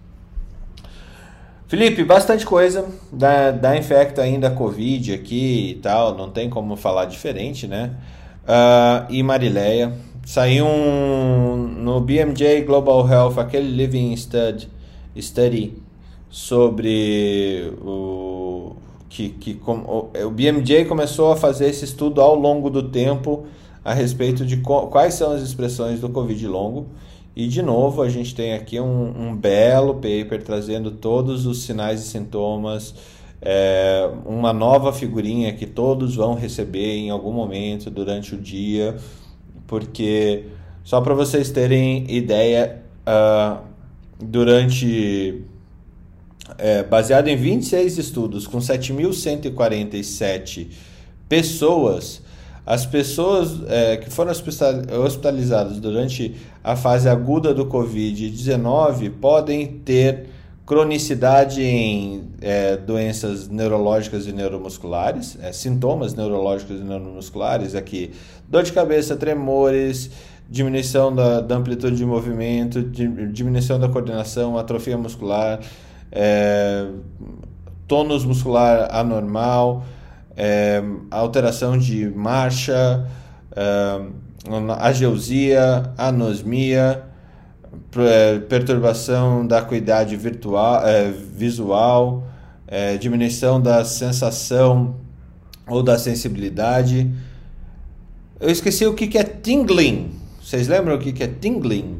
Felipe, bastante coisa da, da Infecto ainda, Covid aqui e tal, não tem como falar diferente, né? Uh, e Marileia, saiu um, no B M J Global Health, aquele Living Study, study sobre o que, que com, o, o B M J começou a fazer esse estudo ao longo do tempo a respeito de co, quais são as expressões do Covid longo. E, de novo, a gente tem aqui um, um belo paper trazendo todos os sinais e sintomas, é, uma nova figurinha que todos vão receber em algum momento durante o dia, porque, só para vocês terem ideia, uh, durante, é, baseado em vinte e seis estudos com sete mil cento e quarenta e sete pessoas, as pessoas é, que foram hospitalizadas durante a fase aguda do covid dezenove podem ter cronicidade em é, doenças neurológicas e neuromusculares, é, sintomas neurológicos e neuromusculares, aqui, dor de cabeça, tremores, diminuição da, da amplitude de movimento, diminuição da coordenação, atrofia muscular, é, tônus muscular anormal, É, alteração de marcha, é, ageusia, anosmia, perturbação da acuidade virtual, é, visual, é, diminuição da sensação ou da sensibilidade. Eu esqueci o que, que é tingling. Vocês lembram o que, que é tingling?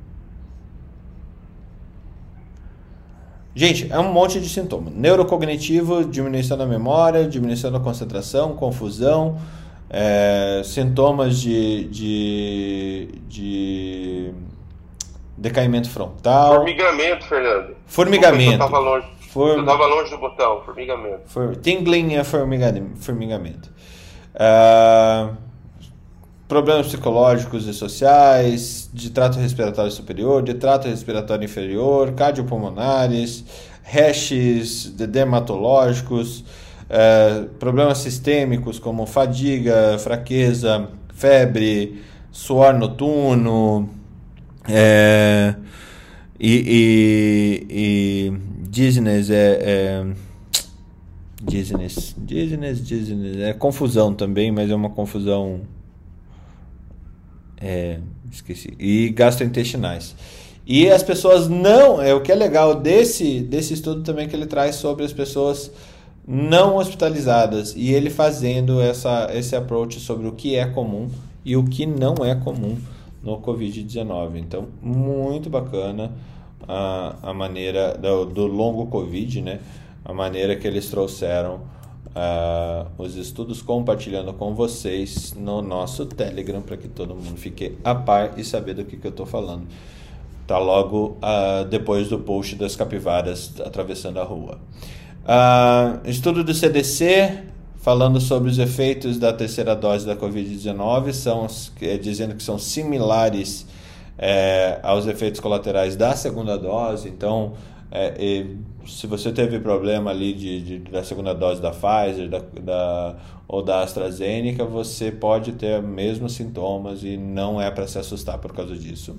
Gente, é um monte de sintoma. Neurocognitivo, diminuição da memória, diminuição da concentração, confusão, é, sintomas de, de, de decaimento frontal. Formigamento, Fernando. Formigamento. Eu estava longe. Form... Eu estava longe do botão, formigamento. For... Tingling é formigamento. formigamento. Uh... Problemas psicológicos e sociais, de trato respiratório superior, de trato respiratório inferior, cardiopulmonares, rashes dermatológicos, eh, problemas sistêmicos como fadiga, fraqueza, febre, suor noturno, eh, e, e, e dizziness, é, é, dizziness, dizziness, dizziness, é confusão também, mas é uma confusão... É, esqueci. E gastrointestinais. E as pessoas não... É, o que é legal desse, desse estudo também que ele traz sobre as pessoas não hospitalizadas. E ele fazendo essa, esse approach sobre o que é comum e o que não é comum no covid dezenove. Então, muito bacana a, a maneira do, do longo Covid, né? A maneira que eles trouxeram uh, os estudos, compartilhando com vocês no nosso Telegram, para que todo mundo fique a par e saber do que, que eu estou falando. Tá logo uh, depois do post das capivaras atravessando a rua. Uh, estudo do C D C, falando sobre os efeitos da terceira dose da covid dezenove, são, é, dizendo que são similares é, aos efeitos colaterais da segunda dose. Então, é, e, se você teve problema ali de, de, da segunda dose da Pfizer da, da, ou da AstraZeneca, você pode ter mesmos sintomas e não é para se assustar por causa disso.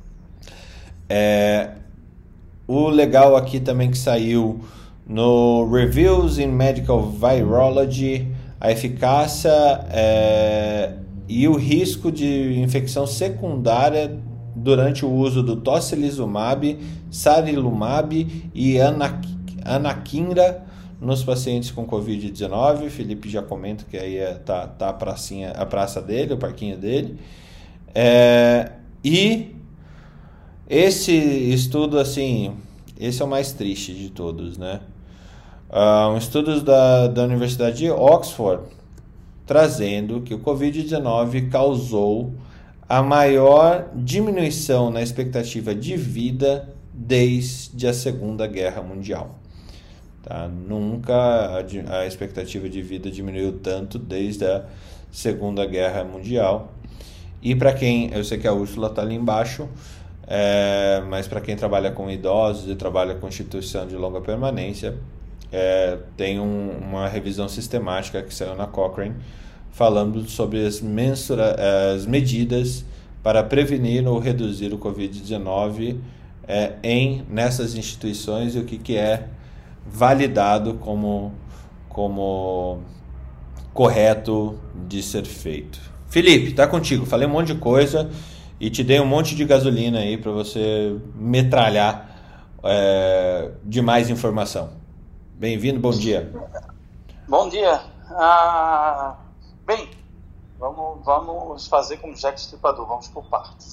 É, o legal aqui também que saiu no Reviews in Medical Virology, a eficácia é, e o risco de infecção secundária durante o uso do tocilizumab, sarilumab e anakinra nos pacientes com covid dezenove. Felipe já comenta que aí é, tá, tá a, pracinha, a praça dele, o parquinho dele. É, e esse estudo, assim, esse é o mais triste de todos, né? Uh, um estudo da, da Universidade de Oxford trazendo que o covid dezenove causou a maior diminuição na expectativa de vida desde a Segunda Guerra Mundial. Tá? Nunca a, a expectativa de vida diminuiu tanto desde a Segunda Guerra Mundial. E para quem, eu sei que a Úrsula está ali embaixo, é, mas para quem trabalha com idosos e trabalha com instituição de longa permanência, É, tem um, uma revisão sistemática que saiu na Cochrane falando sobre as, mensura, as medidas para prevenir ou reduzir o covid dezenove é, em, nessas instituições e o que, que é validado como, como correto de ser feito. Felipe, tá contigo. Falei um monte de coisa e te dei um monte de gasolina aí para você metralhar é, de mais informação. Bem-vindo, bom dia. Bom dia. Ah, bem, vamos, vamos fazer como Jack Stripador, vamos por partes.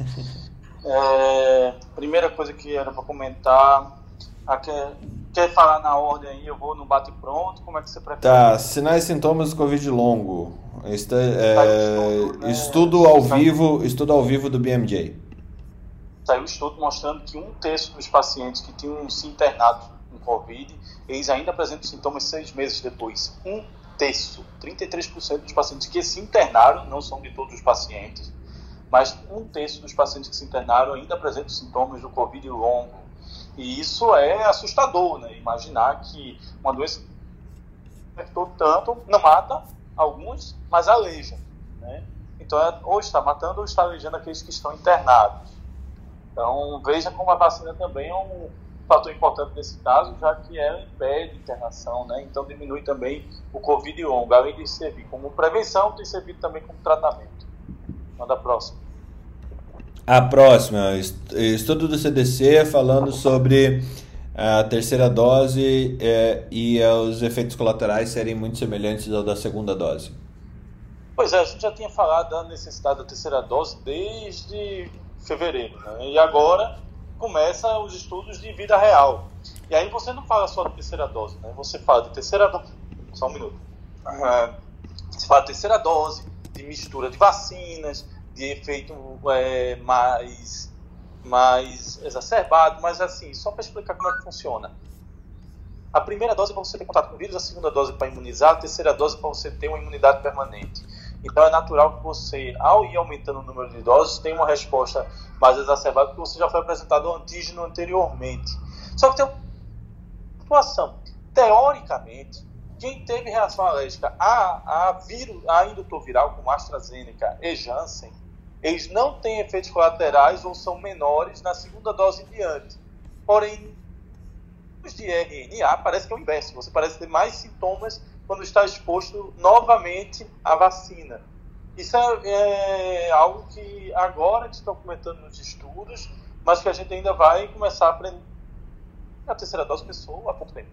É, primeira coisa que era para comentar, a que, quer falar na ordem aí, eu vou no bate-pronto, como é que você prefere? Tá, sinais e sintomas do Covid longo. Este, é, estudo, né? estudo ao vivo, estudo ao vivo do B M J. Saiu um estudo mostrando que um terço dos pacientes que tinham se internado com Covid, eles ainda apresentam sintomas seis meses depois. Um terço, trinta e três por cento dos pacientes que se internaram, não são de todos os pacientes, mas um terço dos pacientes que se internaram ainda apresentam sintomas do Covid longo. E isso é assustador, né? Imaginar que uma doença infectou tanto, não mata alguns, mas aleija, né? Então, é, ou está matando ou está aleijando aqueles que estão internados. Então, veja como a vacina também é um fator importante nesse caso, já que ela impede internação, né? Então diminui também o Covid longo, além de servir como prevenção, tem servido também como tratamento. Manda a próxima. A próxima, estudo do C D C falando sobre a terceira dose é, e os efeitos colaterais serem muito semelhantes ao da segunda dose. Pois é, a gente já tinha falado da necessidade da terceira dose desde fevereiro, né? E agora começa os estudos de vida real. E aí você não fala só de terceira dose, né? Você fala de terceira dose... Só um minuto. Uhum. Você fala de terceira dose, de mistura de vacinas, de efeito é, mais, mais exacerbado, mas assim, só para explicar como é que funciona. A primeira dose é para você ter contato com o vírus, a segunda dose é para imunizar, a terceira dose é para você ter uma imunidade permanente. Então é natural que você, ao ir aumentando o número de doses, tenha uma resposta mais exacerbada, porque você já foi apresentado o antígeno anteriormente. Só que tem uma situação. Teoricamente, quem teve reação alérgica a, a, vírus, a indutor viral, como AstraZeneca e Janssen, eles não têm efeitos colaterais ou são menores na segunda dose em diante. Porém, os de R N A parece que é o inverso. Você parece ter mais sintomas quando está exposto novamente à vacina. Isso é, é algo que agora estão comentando nos estudos mas que a gente ainda vai começar a aprender. A terceira dose começou há pouco tempo.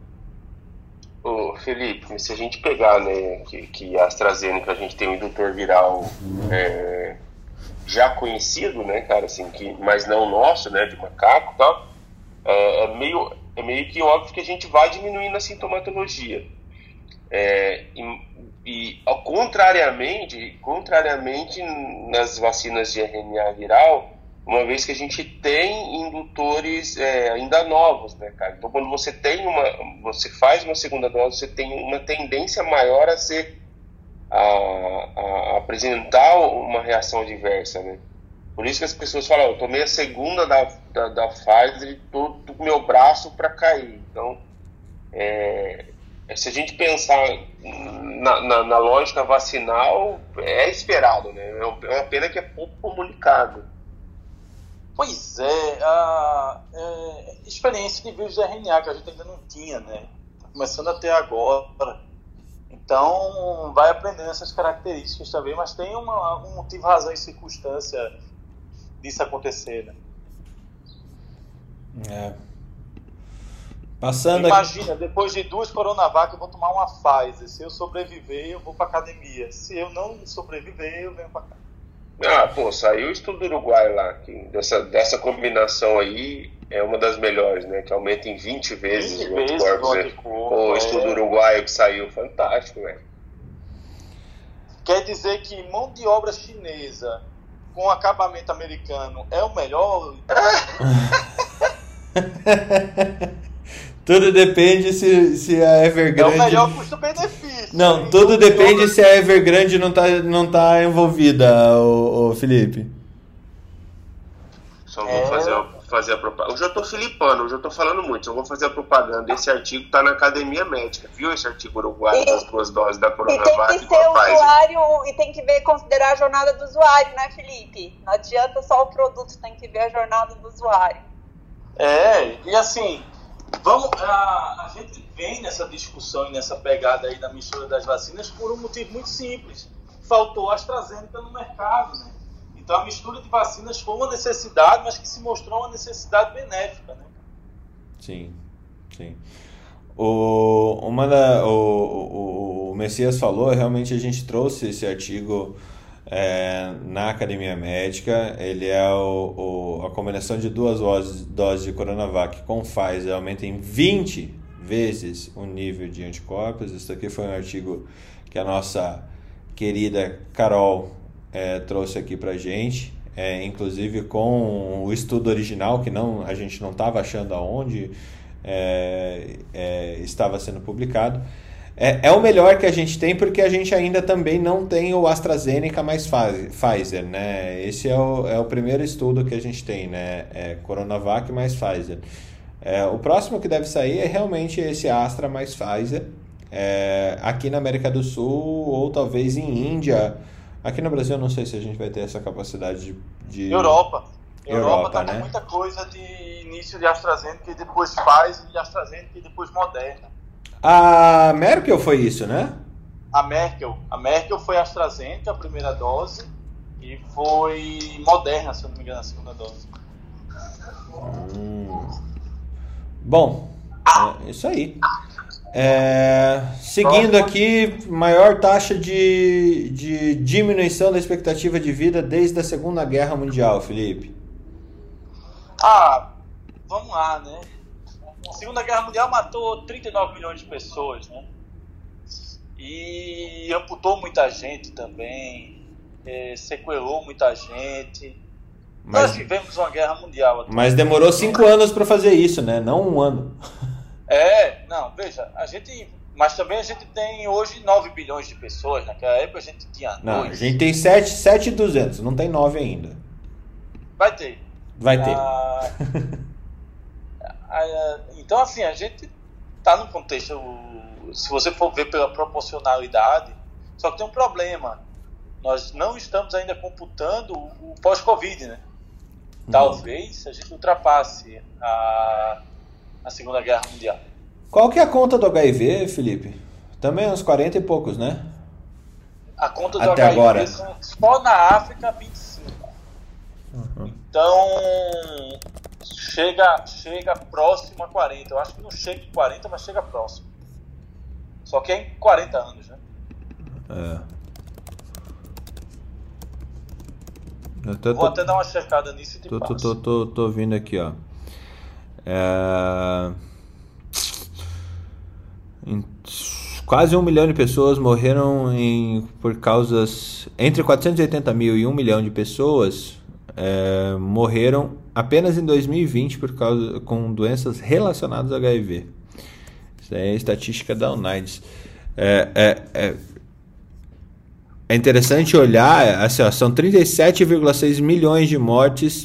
Ô, Felipe, se a gente pegar, né, que, que a AstraZeneca a gente tem um indutor viral é, já conhecido, né, cara, assim, que, mas não nosso, né, de macaco e tal, é, é, meio, é meio que óbvio que a gente vai diminuindo a sintomatologia. É, e, e ao, contrariamente, contrariamente nas vacinas de R N A viral, uma vez que a gente tem indutores é, ainda novos, né, cara? Então, quando você tem uma, você faz uma segunda dose, você tem uma tendência maior a ser, a, a apresentar uma reação adversa, né? Por isso que as pessoas falam, eu tomei a segunda da, da, da Pfizer e tô com o meu braço para cair. Então, é, se a gente pensar na, na, na lógica vacinal, é esperado, né? É uma pena que é pouco comunicado. Pois é, a é, experiência de vírus de R N A que a gente ainda não tinha, né? Tá começando a ter agora. Então, vai aprendendo essas características também, mas tem uma, um motivo, razão e circunstância disso acontecer, né? É. Passando Imagina, aqui... depois de duas Coronavac eu vou tomar uma Pfizer. Se eu sobreviver, eu vou pra academia. Se eu não sobreviver, eu venho pra cá. Ah, pô, saiu o estudo do Uruguai lá, que dessa, dessa combinação aí é uma das melhores, né? Que aumenta em vinte vezes o anticorpo, né? O estudo uruguaio que saiu, fantástico, velho. Quer dizer que mão de obra chinesa com acabamento americano é o melhor? Tudo depende se, se a Evergrande... É o melhor custo-benefício. Não, tudo depende se a Evergrande não tá, não tá envolvida, o, o Felipe. Só vou é... fazer, a, fazer a propaganda. Hoje eu tô filipano, hoje eu tô falando muito. Só vou fazer a propaganda. Esse artigo tá na Academia Médica. Viu esse artigo uruguaio das duas doses da Coronavac? E tem que ser usuário, e tem que ver, considerar a jornada do usuário, né, Felipe? Não adianta só o produto, tem que ver a jornada do usuário. É, e assim... Vamos, a, a gente vem nessa discussão e nessa pegada aí da mistura das vacinas por um motivo muito simples. Faltou a AstraZeneca no mercado, né? Então a mistura de vacinas foi uma necessidade, mas que se mostrou uma necessidade benéfica, né? Sim, sim. O, uma da, o, o, o Messias falou, realmente a gente trouxe esse artigo é, na Academia Médica. Ele é o, o, a combinação de duas doses, doses de Coronavac com Pfizer aumenta em vinte vezes o nível de anticorpos. Isso aqui foi um artigo que a nossa querida Carol é, trouxe aqui pra gente, é, inclusive com o estudo original, que não, a gente não estava achando aonde é, é, estava sendo publicado. É, é o melhor que a gente tem, porque a gente ainda também não tem o AstraZeneca mais Pfizer, né? Esse é o, é o primeiro estudo que a gente tem, né? É Coronavac mais Pfizer. É, o próximo que deve sair é realmente esse Astra mais Pfizer, é, aqui na América do Sul, ou talvez em Índia. Aqui no Brasil eu não sei se a gente vai ter essa capacidade de... de... Europa. Europa, Europa tá né? com muita coisa de início de AstraZeneca e depois Pfizer, e AstraZeneca e depois Moderna. A Merkel foi isso, né? A Merkel. A Merkel foi AstraZeneca, a primeira dose, e foi Moderna, se eu não me engano, a segunda dose. Hum. Bom, é isso aí. É, seguindo aqui, maior taxa de, de diminuição da expectativa de vida desde a Segunda Guerra Mundial, Felipe. Ah, vamos lá, né? A Segunda Guerra Mundial matou trinta e nove milhões de pessoas, né? E amputou muita gente também, é, sequelou muita gente. Mas, Nós vivemos uma guerra mundial. Mas demorou cinco anos para fazer isso, né? Não um ano. É, não, veja, a gente... Mas também a gente tem hoje nove bilhões de pessoas. Naquela época a gente tinha dois. Não, a gente tem sete, sete mil e duzentos, não tem nove ainda. Vai ter. Vai ter. Ah, ah, então, assim, a gente tá num contexto... Se você for ver pela proporcionalidade, só que tem um problema. Nós não estamos ainda computando o pós-Covid, né? Talvez a gente ultrapasse a, a Segunda Guerra Mundial. Qual que é a conta do H I V, Felipe? Também uns quarenta e poucos, né? A conta do Até H I V agora. São, só na África, vinte e cinco. Uhum. Então, chega, chega próximo a quarenta. Eu acho que não chega em quarenta, mas chega próximo. Só que é em quarenta anos, né? É. Eu tô, Vou tô, até dar uma checada nisso e te tô, tô, passo. tô, tô, tô vindo aqui, ó. É... Em- Quase um milhão de pessoas morreram em, por causas... Entre quatrocentos e oitenta mil e um milhão de pessoas é, morreram apenas em dois mil e vinte por causa, com doenças relacionadas ao H I V. Isso aí é a estatística da UNAIDS. É, é, é, é interessante olhar, assim, ó, são trinta e sete vírgula seis milhões de mortes,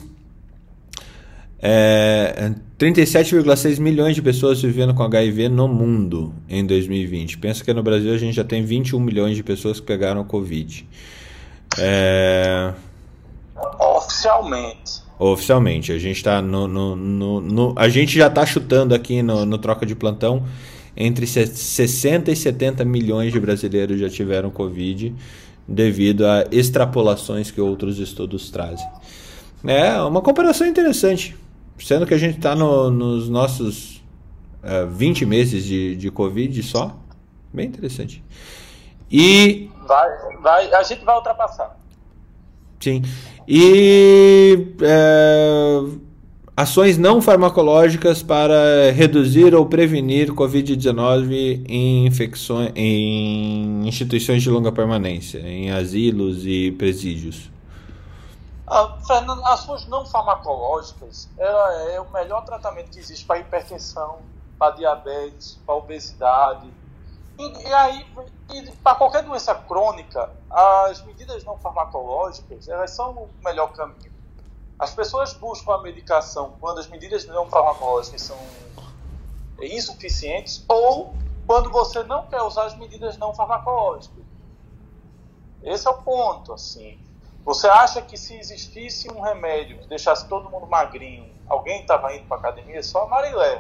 é, trinta e sete vírgula seis milhões de pessoas vivendo com H I V no mundo em dois mil e vinte. Pensa que no Brasil a gente já tem vinte e um milhões de pessoas que pegaram Covid. É... Oficialmente. Oficialmente, a gente tá no, no, no, no- a gente já está chutando aqui no, no troca de plantão entre se- sessenta e setenta milhões de brasileiros já tiveram Covid devido a extrapolações que outros estudos trazem. É uma comparação interessante, sendo que a gente está no, nos nossos eh, vinte meses de, de Covid só, bem interessante. E Vai, vai, a gente vai ultrapassar. sim. E é, ações não farmacológicas para reduzir ou prevenir covid dezenove em infecções em instituições de longa permanência, em asilos e presídios. Ah, Fernando, ações não farmacológicas ela é o melhor tratamento que existe para hipertensão, para diabetes, para obesidade. E, e aí, para qualquer doença crônica, as medidas não farmacológicas elas são o melhor caminho. As pessoas buscam a medicação quando as medidas não farmacológicas são insuficientes ou quando você não quer usar as medidas não farmacológicas. Esse é o ponto, assim. Você acha que se existisse um remédio que deixasse todo mundo magrinho, alguém estava indo para academia? Só a Marilé.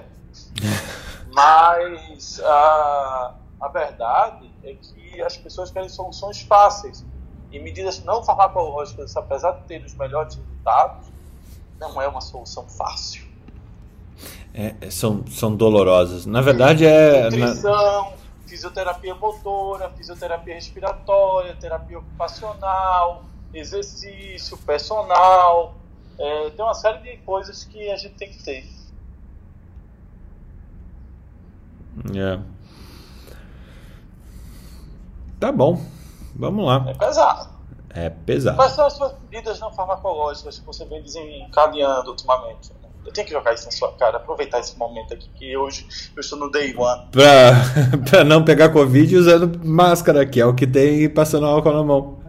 Mas a, a verdade é que as pessoas querem soluções fáceis. E medidas não farmacológicas, apesar de ter os melhores resultados, não é uma solução fácil. É, é, são, são dolorosas. Na verdade é... na- Nutrição, fisioterapia motora, fisioterapia respiratória, terapia ocupacional, exercício, personal, é, tem uma série de coisas que a gente tem que ter. é. Tá bom, vamos lá. É pesado. É pesado. Quais são as suas medidas não farmacológicas que você vem desencadeando ultimamente? Eu tenho que jogar isso na sua cara, aproveitar esse momento aqui, que hoje eu estou no day one. Pra, pra não pegar Covid usando máscara, que é o que tem, e passando álcool na mão.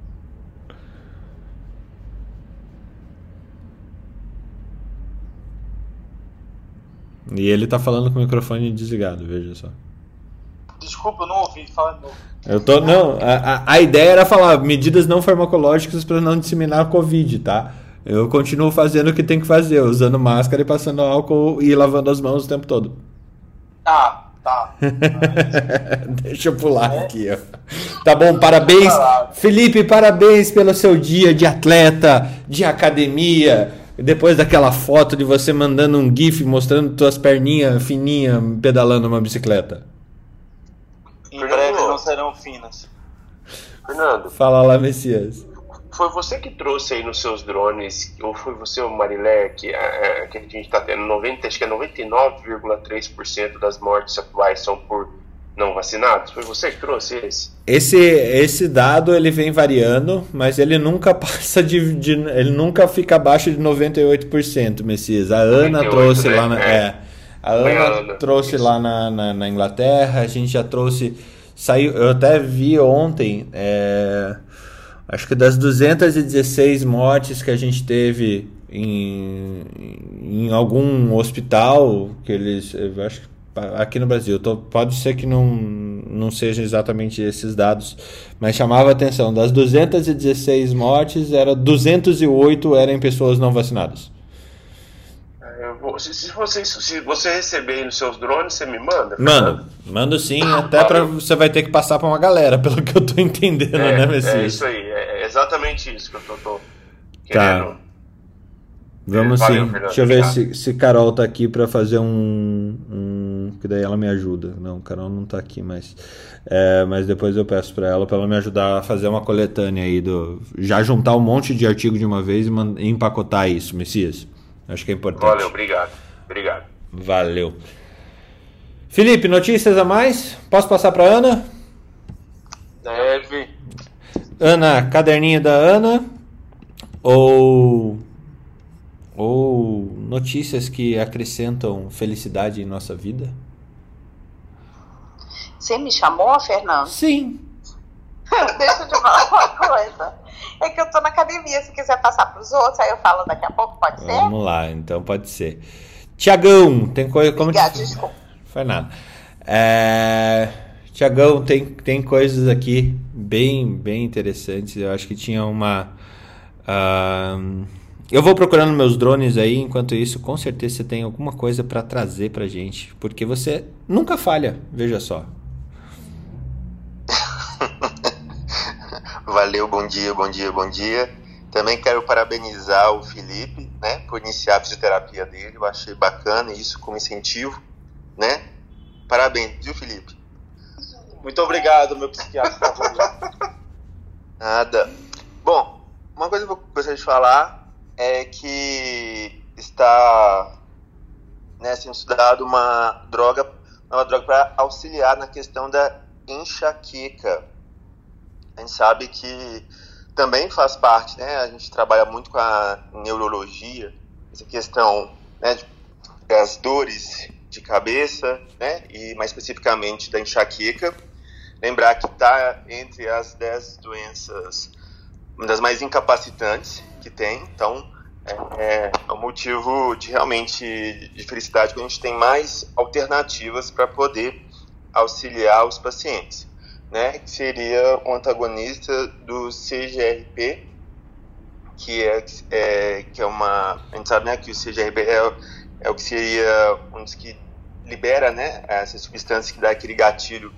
E ele tá falando com o microfone desligado, veja só. Desculpa, eu não ouvi, fala de novo. Eu tô, não, a, a, a ideia era falar medidas não farmacológicas para não disseminar a Covid, tá? Eu continuo fazendo o que tem que fazer, usando máscara e passando álcool e lavando as mãos o tempo todo. Ah, tá. Deixa eu pular aqui, ó. Tá bom, parabéns. Felipe, parabéns pelo seu dia de atleta, de academia. Depois daquela foto de você mandando um gif mostrando tuas perninhas fininhas pedalando uma bicicleta. Em breve não serão finas. Fernando, Fala lá, Messias. foi você que trouxe aí nos seus drones, ou foi você, o Marilé, que, é, que a gente está tendo noventa, acho que é noventa e nove vírgula três por cento das mortes atuais são por não vacinados? Foi você que trouxe esse? Esse, esse dado ele vem variando, mas ele nunca passa de, de ele nunca fica abaixo de noventa e oito por cento, Messias. A Ana noventa e oito, trouxe né? lá na, É. é, a Foi Ana, a Ana, trouxe isso. lá na, na, na Inglaterra, a gente já trouxe, saiu, eu até vi ontem, é, acho que das duzentas e dezesseis mortes que a gente teve em, em algum hospital, que eles, eu acho que aqui no Brasil, tô, pode ser que não, não sejam exatamente esses dados, mas chamava a atenção, das duzentas e dezesseis mortes, era duzentas e oito eram em pessoas não vacinadas. Eu vou- se, se você, se você receber aí nos seus drones, você me manda? Mano, mando sim, até pra, você vai ter que passar pra uma galera, pelo que eu tô entendendo, É, né, é Messias? isso aí, é exatamente isso que eu tô, tô Tá. querendo. Vamos Valeu, sim. Fernando. Deixa eu ver Obrigado. se, se Carol tá aqui pra fazer um, um. Que daí ela me ajuda. Não, Carol não tá aqui, mas. É, mas depois eu peço pra ela, pra ela me ajudar a fazer uma coletânea aí do. Já juntar um monte de artigo de uma vez e, man- e empacotar isso, Messias. Acho que é importante. Valeu, obrigado. Obrigado. Valeu. Felipe, notícias a mais? Posso passar pra Ana? Deve. Ana, caderninho da Ana ou ou notícias que acrescentam felicidade em nossa vida? Você me chamou, Fernando? Sim. Deixa eu te falar uma coisa. É que eu tô na academia, se quiser passar pros outros, aí eu falo daqui a pouco, pode ser? Vamos lá, então pode ser. Tiagão, tem coisa como Obrigada, te... desculpa. Foi nada. É... Tiagão, tem, tem coisas aqui bem, bem interessantes. Eu acho que tinha uma. ah, Eu vou procurando meus drones aí. Enquanto isso, com certeza você tem alguma coisa para trazer pra gente. Porque você nunca falha, veja só. Valeu, bom dia, bom dia, bom dia. Também quero parabenizar o Felipe, né, por iniciar a fisioterapia dele. Eu achei bacana isso como incentivo, né? Parabéns, viu, Felipe? Muito obrigado, meu psiquiatra. Nada. Bom, uma coisa que eu gostaria de falar é que está, né, sendo estudado uma droga, uma droga para auxiliar na questão da enxaqueca. A gente sabe que também faz parte, né? A gente trabalha muito com a neurologia, essa questão, né, das dores de cabeça, né, e mais especificamente da enxaqueca. Lembrar que está entre as dez doenças, uma das mais incapacitantes que tem. Então, é, é um motivo de realmente de felicidade quando a gente tem mais alternativas para poder auxiliar os pacientes, né? Que seria um antagonista do C G R P, que é, é, que é uma... A gente sabe, né, que o C G R P é, é o que seria um dos que libera, né, essa substância que dá aquele gatilho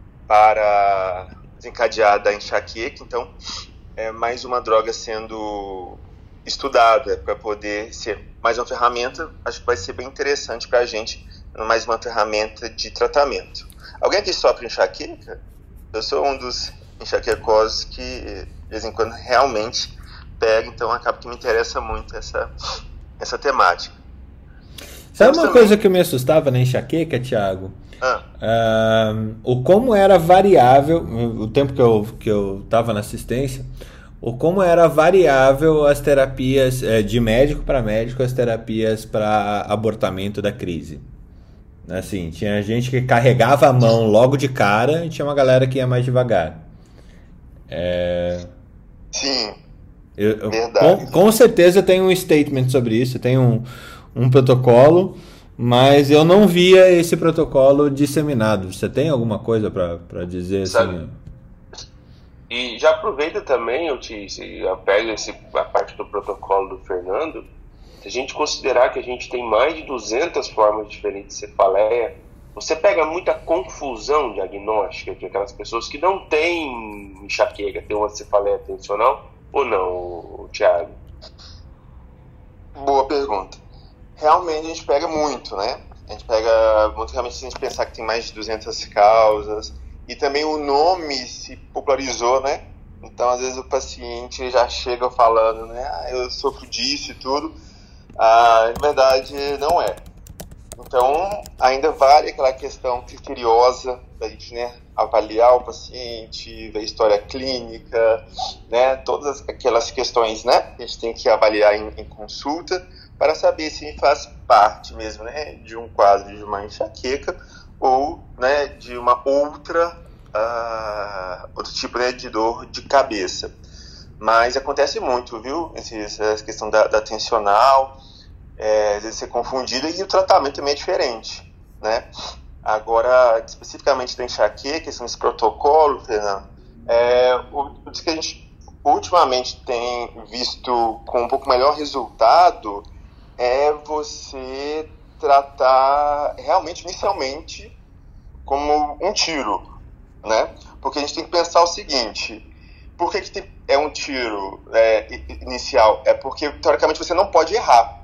para desencadear da enxaqueca. Então, é mais uma droga sendo estudada para poder ser mais uma ferramenta. Acho que vai ser bem interessante para a gente, mais uma ferramenta de tratamento. Alguém aqui sofre enxaqueca? Eu sou um dos enxaquecosos que, de vez em quando, realmente pega, então acaba que me interessa muito essa, essa temática. Sabe Temos uma também- coisa que me assustava na enxaqueca, Thiago? Ah, Ah, o como era variável, o tempo que eu, que eu tava na assistência, o como era variável as terapias, eh, de médico para médico, as terapias para abortamento da crise. Assim, tinha gente que carregava a mão logo de cara e tinha uma galera que ia mais devagar. É, sim, eu- eu- Verdade. com, com certeza tem um statement sobre isso, tem um, um protocolo, mas eu não via esse protocolo disseminado. Você tem alguma coisa para dizer Sabe- assim? E já aproveita também, eu te já pego esse, a parte do protocolo do Fernando. Se a gente considerar que a gente tem mais de duzentas formas diferentes de cefaleia, você pega muita confusão diagnóstica de aquelas pessoas que não têm enxaqueca, tem uma cefaleia tensional, ou não, Thiago? boa pergunta. Realmente a gente pega muito, né? A gente pega muito, realmente, se a gente pensar que tem mais de duzentas causas. E também o nome se popularizou, né? Então, às vezes, o paciente já chega falando, né? Ah, eu sofro disso e tudo. Ah, na verdade, não é. Então, ainda vale aquela questão criteriosa da gente, né, avaliar o paciente, ver a história clínica, né? Todas aquelas questões, né? Que a gente tem que avaliar em, em consulta para saber se faz parte mesmo, né, de um quadro de uma enxaqueca ou, né, de uma outra, uh, outro tipo, né, de dor de cabeça. Mas acontece muito, viu? Esse, essa questão da, da tensional, é, às vezes ser confundida, e o tratamento também é diferente, né? Agora, especificamente da enxaqueca, esse protocolo, Fernando, é, o, o que a gente ultimamente tem visto com um pouco melhor resultado é você tratar realmente, inicialmente, como um tiro, né? Porque a gente tem que pensar o seguinte: por que, que tem, é um tiro é, inicial? É porque, teoricamente, você não pode errar.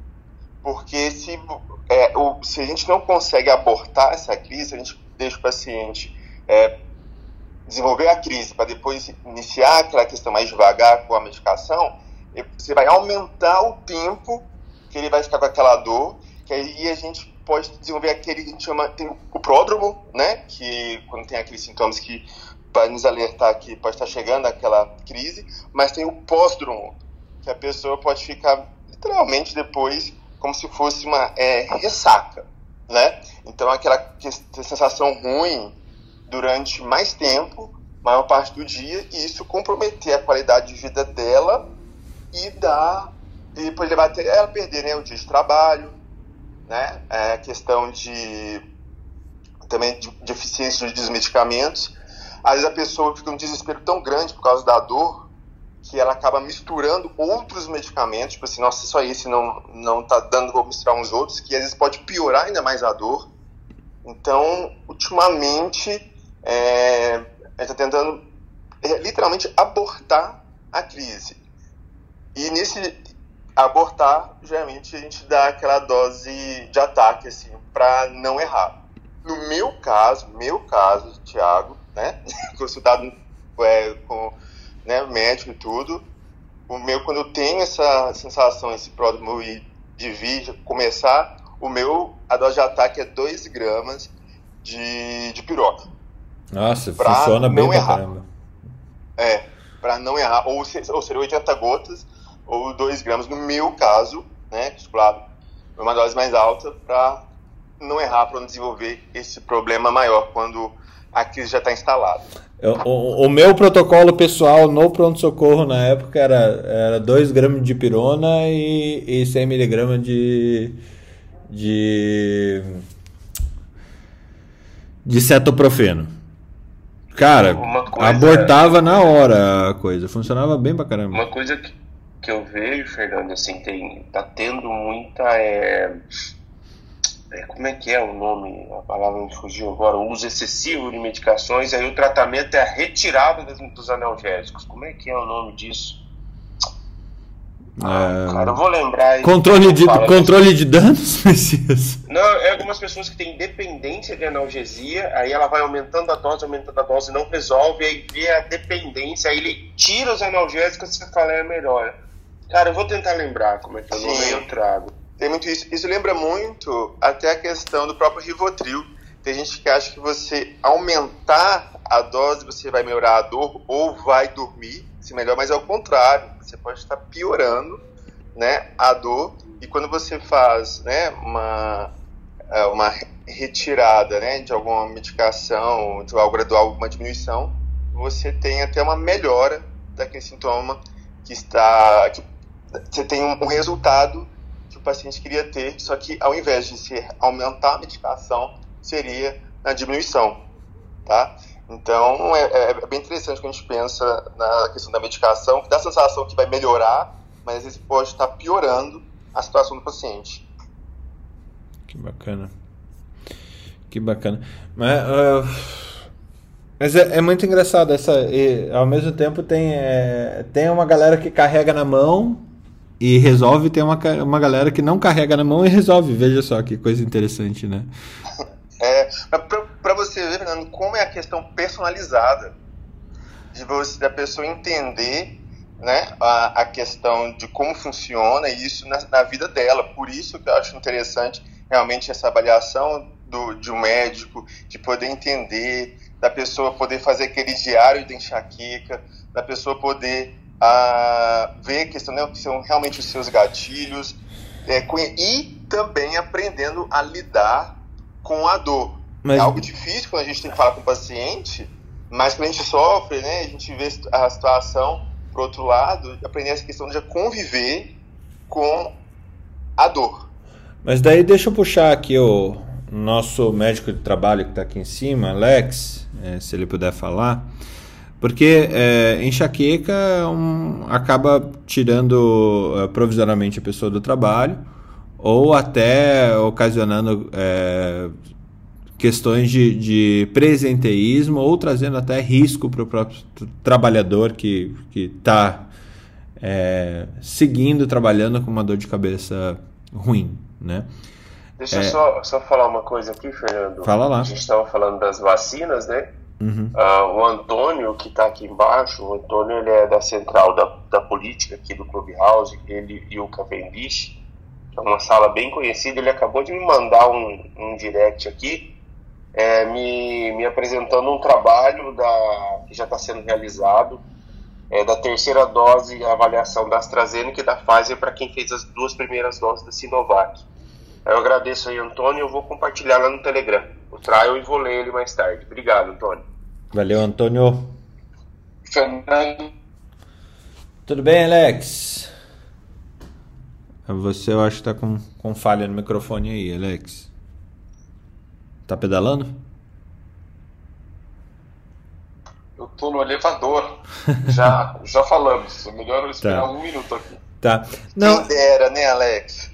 Porque se, é, o, se a gente não consegue abortar essa crise, a gente deixa o paciente é, desenvolver a crise para depois iniciar aquela questão mais devagar com a medicação, você vai aumentar o tempo que ele vai ficar com aquela dor, que aí a gente pode desenvolver aquele que a gente chama, tem o pródromo, né, que quando tem aqueles sintomas que vai nos alertar que pode estar chegando aquela crise, mas tem o pós-dromo, que a pessoa pode ficar literalmente depois como se fosse uma é, ressaca, né? Então aquela que, sensação ruim durante mais tempo, maior parte do dia, e isso comprometer a qualidade de vida dela e dar, e pode levar até ela perder, né, o dia de trabalho, né? É, questão de também de, de eficiência dos medicamentos. Às vezes a pessoa fica um desespero tão grande por causa da dor que ela acaba misturando outros medicamentos, tipo assim, nossa, só esse não, não tá dando, vou misturar uns outros, que às vezes pode piorar ainda mais a dor. Então, ultimamente, é, a gente está tentando é, literalmente abortar a crise. E nesse abortar, geralmente a gente dá aquela dose de ataque, assim, para não errar. No meu caso, meu caso, Thiago, né, consultado é, com né, médico e tudo, o meu, quando eu tenho essa sensação, esse pródromo de vir, começar, o meu, a dose de ataque é dois gramas de, de piroca. Nossa, funciona bem pra caramba. É, para não errar, ou, ou seria oitenta gotas, ou dois gramas, no meu caso, né, claro, uma dose mais alta, para não errar, para não desenvolver esse problema maior quando a crise já está instalada. O, o, o meu protocolo pessoal no pronto-socorro na época era, era dois gramas de pirona e, e cem miligramas de, de, de cetoprofeno. Cara, coisa, abortava na hora a coisa, funcionava bem pra caramba. Uma coisa que, que eu vejo, Fernando, assim, tem, tá tendo muita... É... Como é que é o nome? A palavra me fugiu agora. O uso excessivo de medicações, aí o tratamento é a retirada das, dos analgésicos. Como é que é o nome disso? Ah, é... Cara, eu vou lembrar. Aí, controle de, controle de danos, Messias? Não, é algumas pessoas que têm dependência de analgesia, aí ela vai aumentando a dose, aumentando a dose, não resolve, aí vê a dependência, aí ele tira os analgésicos e você fala, é melhor. Cara, eu vou tentar lembrar como é que é o nome, aí eu trago. Tem muito isso. Isso lembra muito até a questão do próprio Rivotril. Tem gente que acha que você aumentar a dose, você vai melhorar a dor ou vai dormir, se melhor, mas é o contrário. Você pode estar piorando, né, a dor. E quando você faz, né, uma, uma retirada, né, de alguma medicação, de algo gradual, alguma diminuição, você tem até uma melhora daquele sintoma que está... Que você tem um, um resultado que o paciente queria ter, só que ao invés de ser aumentar a medicação, seria na diminuição, tá? Então, é, é bem interessante quando a gente pensa na questão da medicação, que dá a sensação que vai melhorar, mas às vezes pode estar piorando a situação do paciente. Que bacana. Que bacana. Mas, uh, mas é, é muito engraçado, essa, e, ao mesmo tempo tem, é, tem uma galera que carrega na mão e resolve, tem uma, uma galera que não carrega na mão e resolve. Veja só que coisa interessante, né? É, para você ver, Fernando, como é a questão personalizada de você, da pessoa entender, né, a, a questão de como funciona isso na, na vida dela. Por isso que eu acho interessante realmente essa avaliação do, de um médico, de poder entender, da pessoa poder fazer aquele diário de enxaqueca, da pessoa poder a ver que são, né, que são realmente os seus gatilhos, é, e também aprendendo a lidar com a dor. Mas... é algo difícil quando a gente tem que falar com o paciente, mas quando a gente sofre, né, a gente vê a situação, por outro lado, aprender essa questão de conviver com a dor. Mas daí deixa eu puxar aqui o nosso médico de trabalho que está aqui em cima, Alex, é, se ele puder falar. Porque é, enxaqueca um, acaba tirando é, provisoriamente a pessoa do trabalho ou até ocasionando é, questões de, de presenteísmo ou trazendo até risco para o próprio trabalhador que está é, seguindo, trabalhando com uma dor de cabeça ruim, né? Deixa é... eu só, só falar uma coisa aqui, Fernando. Fala lá. A gente estava falando das vacinas, né? Uhum. Uh, o Antônio, que está aqui embaixo, o Antônio ele é da central da, da política aqui do Clubhouse, ele e o Cavendish, que é uma sala bem conhecida. Ele acabou de me mandar um, um direct aqui, é, me, me apresentando um trabalho da, que já está sendo realizado, é, da terceira dose e avaliação da AstraZeneca e da Pfizer para quem fez as duas primeiras doses da Sinovac. Eu agradeço aí, Antônio, eu vou compartilhar lá no Telegram o trial e vou ler ele mais tarde. Obrigado, Antônio. Valeu, Antônio. Fernando. Tudo bem, Alex? Você, eu acho que tá com, com falha no microfone aí, Alex. Tá pedalando? Eu tô no elevador. Já, já falamos. É melhor eu esperar Tá. um minuto aqui. Tá. Não, Quem dera, né, Alex?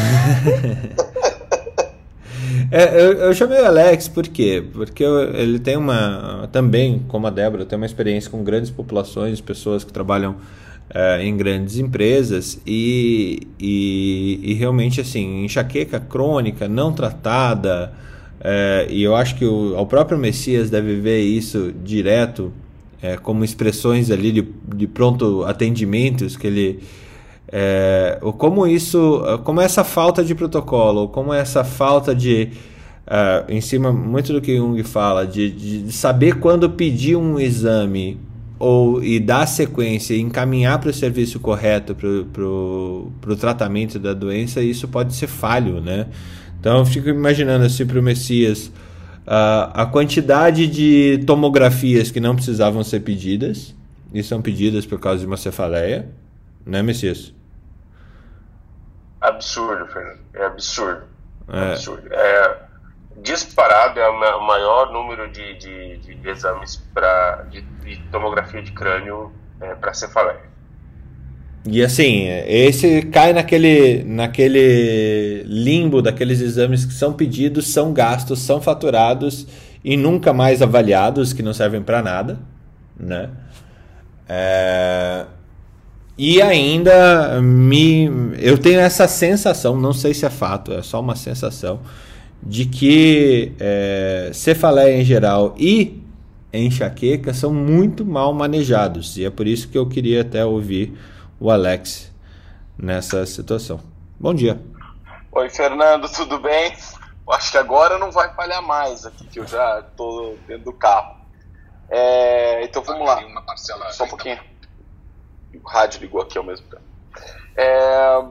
é, eu, eu chamei o Alex por quê? Porque eu- ele tem uma, também, como a Débora, tem uma experiência com grandes populações, pessoas que trabalham é, em grandes empresas e, e, e realmente assim, enxaqueca crônica, não tratada, é, e eu acho que o, o próprio Messias deve ver isso direto, é, como expressões ali de, de pronto atendimentos que ele é, o como isso, como essa falta de protocolo, como essa falta de, ah, em cima muito do que Jung fala, de, de de saber quando pedir um exame ou e dar sequência e encaminhar para o serviço correto, para o tratamento da doença, isso pode ser falho, né? Então eu fico imaginando assim para o Messias, ah, a quantidade de tomografias que não precisavam ser pedidas, e são pedidas por causa de uma cefaleia, né, Messias? Absurdo, Fernando. É absurdo. É. Absurdo. É, disparado é o ma- o maior número de, de, de exames pra, de, de tomografia de crânio é, para cefaleia. E assim, esse cai naquele, naquele limbo daqueles exames que são pedidos, são gastos, são faturados e nunca mais avaliados, que não servem para nada, né? É, E ainda me, eu tenho essa sensação, não sei se é fato, é só uma sensação, de que é, cefaleia em geral e enxaqueca são muito mal manejados. E é por isso que eu queria até ouvir o Alex nessa situação. Bom dia. Oi, Fernando, tudo bem? Eu acho que agora não vai falhar mais aqui, que eu já tô dentro do carro. É, então vamos lá. Só um pouquinho. O rádio ligou aqui ao mesmo tempo. É,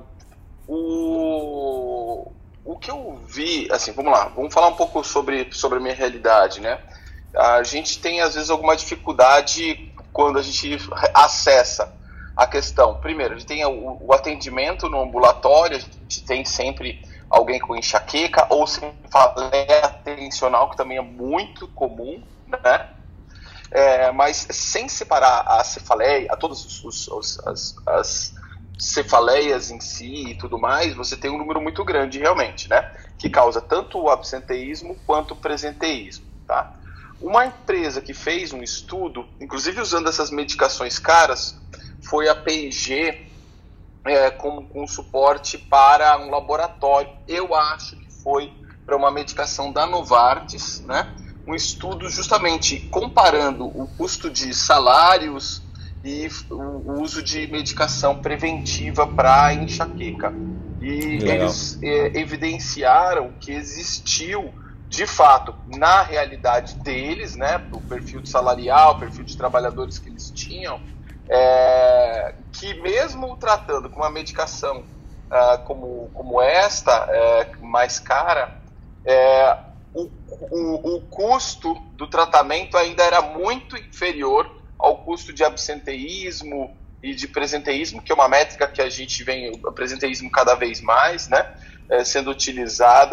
o, o que eu vi, assim, vamos lá, vamos falar um pouco sobre, sobre a minha realidade, né? A gente tem, às vezes, alguma dificuldade quando a gente acessa a questão. Primeiro, a gente tem o, o atendimento no ambulatório, a gente tem sempre alguém com enxaqueca ou cefaleia atencional, que também é muito comum, né? É, mas sem separar a cefaleia, a todas os, os, os, as, as cefaleias em si e tudo mais, você tem um número muito grande realmente, né? Que causa tanto o absenteísmo quanto o presenteísmo, tá? Uma empresa que fez um estudo, inclusive usando essas medicações caras, foi a P e G, é, com, com suporte para um laboratório. Eu acho que foi para uma medicação da Novartis, né? Um estudo justamente comparando o custo de salários e o uso de medicação preventiva para enxaqueca. E Legal. eles é, evidenciaram que existiu, de fato, na realidade deles, né, o perfil de salarial, o perfil de trabalhadores que eles tinham, é, que mesmo tratando com uma medicação ah, como, como esta, é, mais cara, é, O, o, o custo do tratamento ainda era muito inferior ao custo de absenteísmo e de presenteísmo, que é uma métrica que a gente vem, o presenteísmo cada vez mais, né, é, sendo utilizadas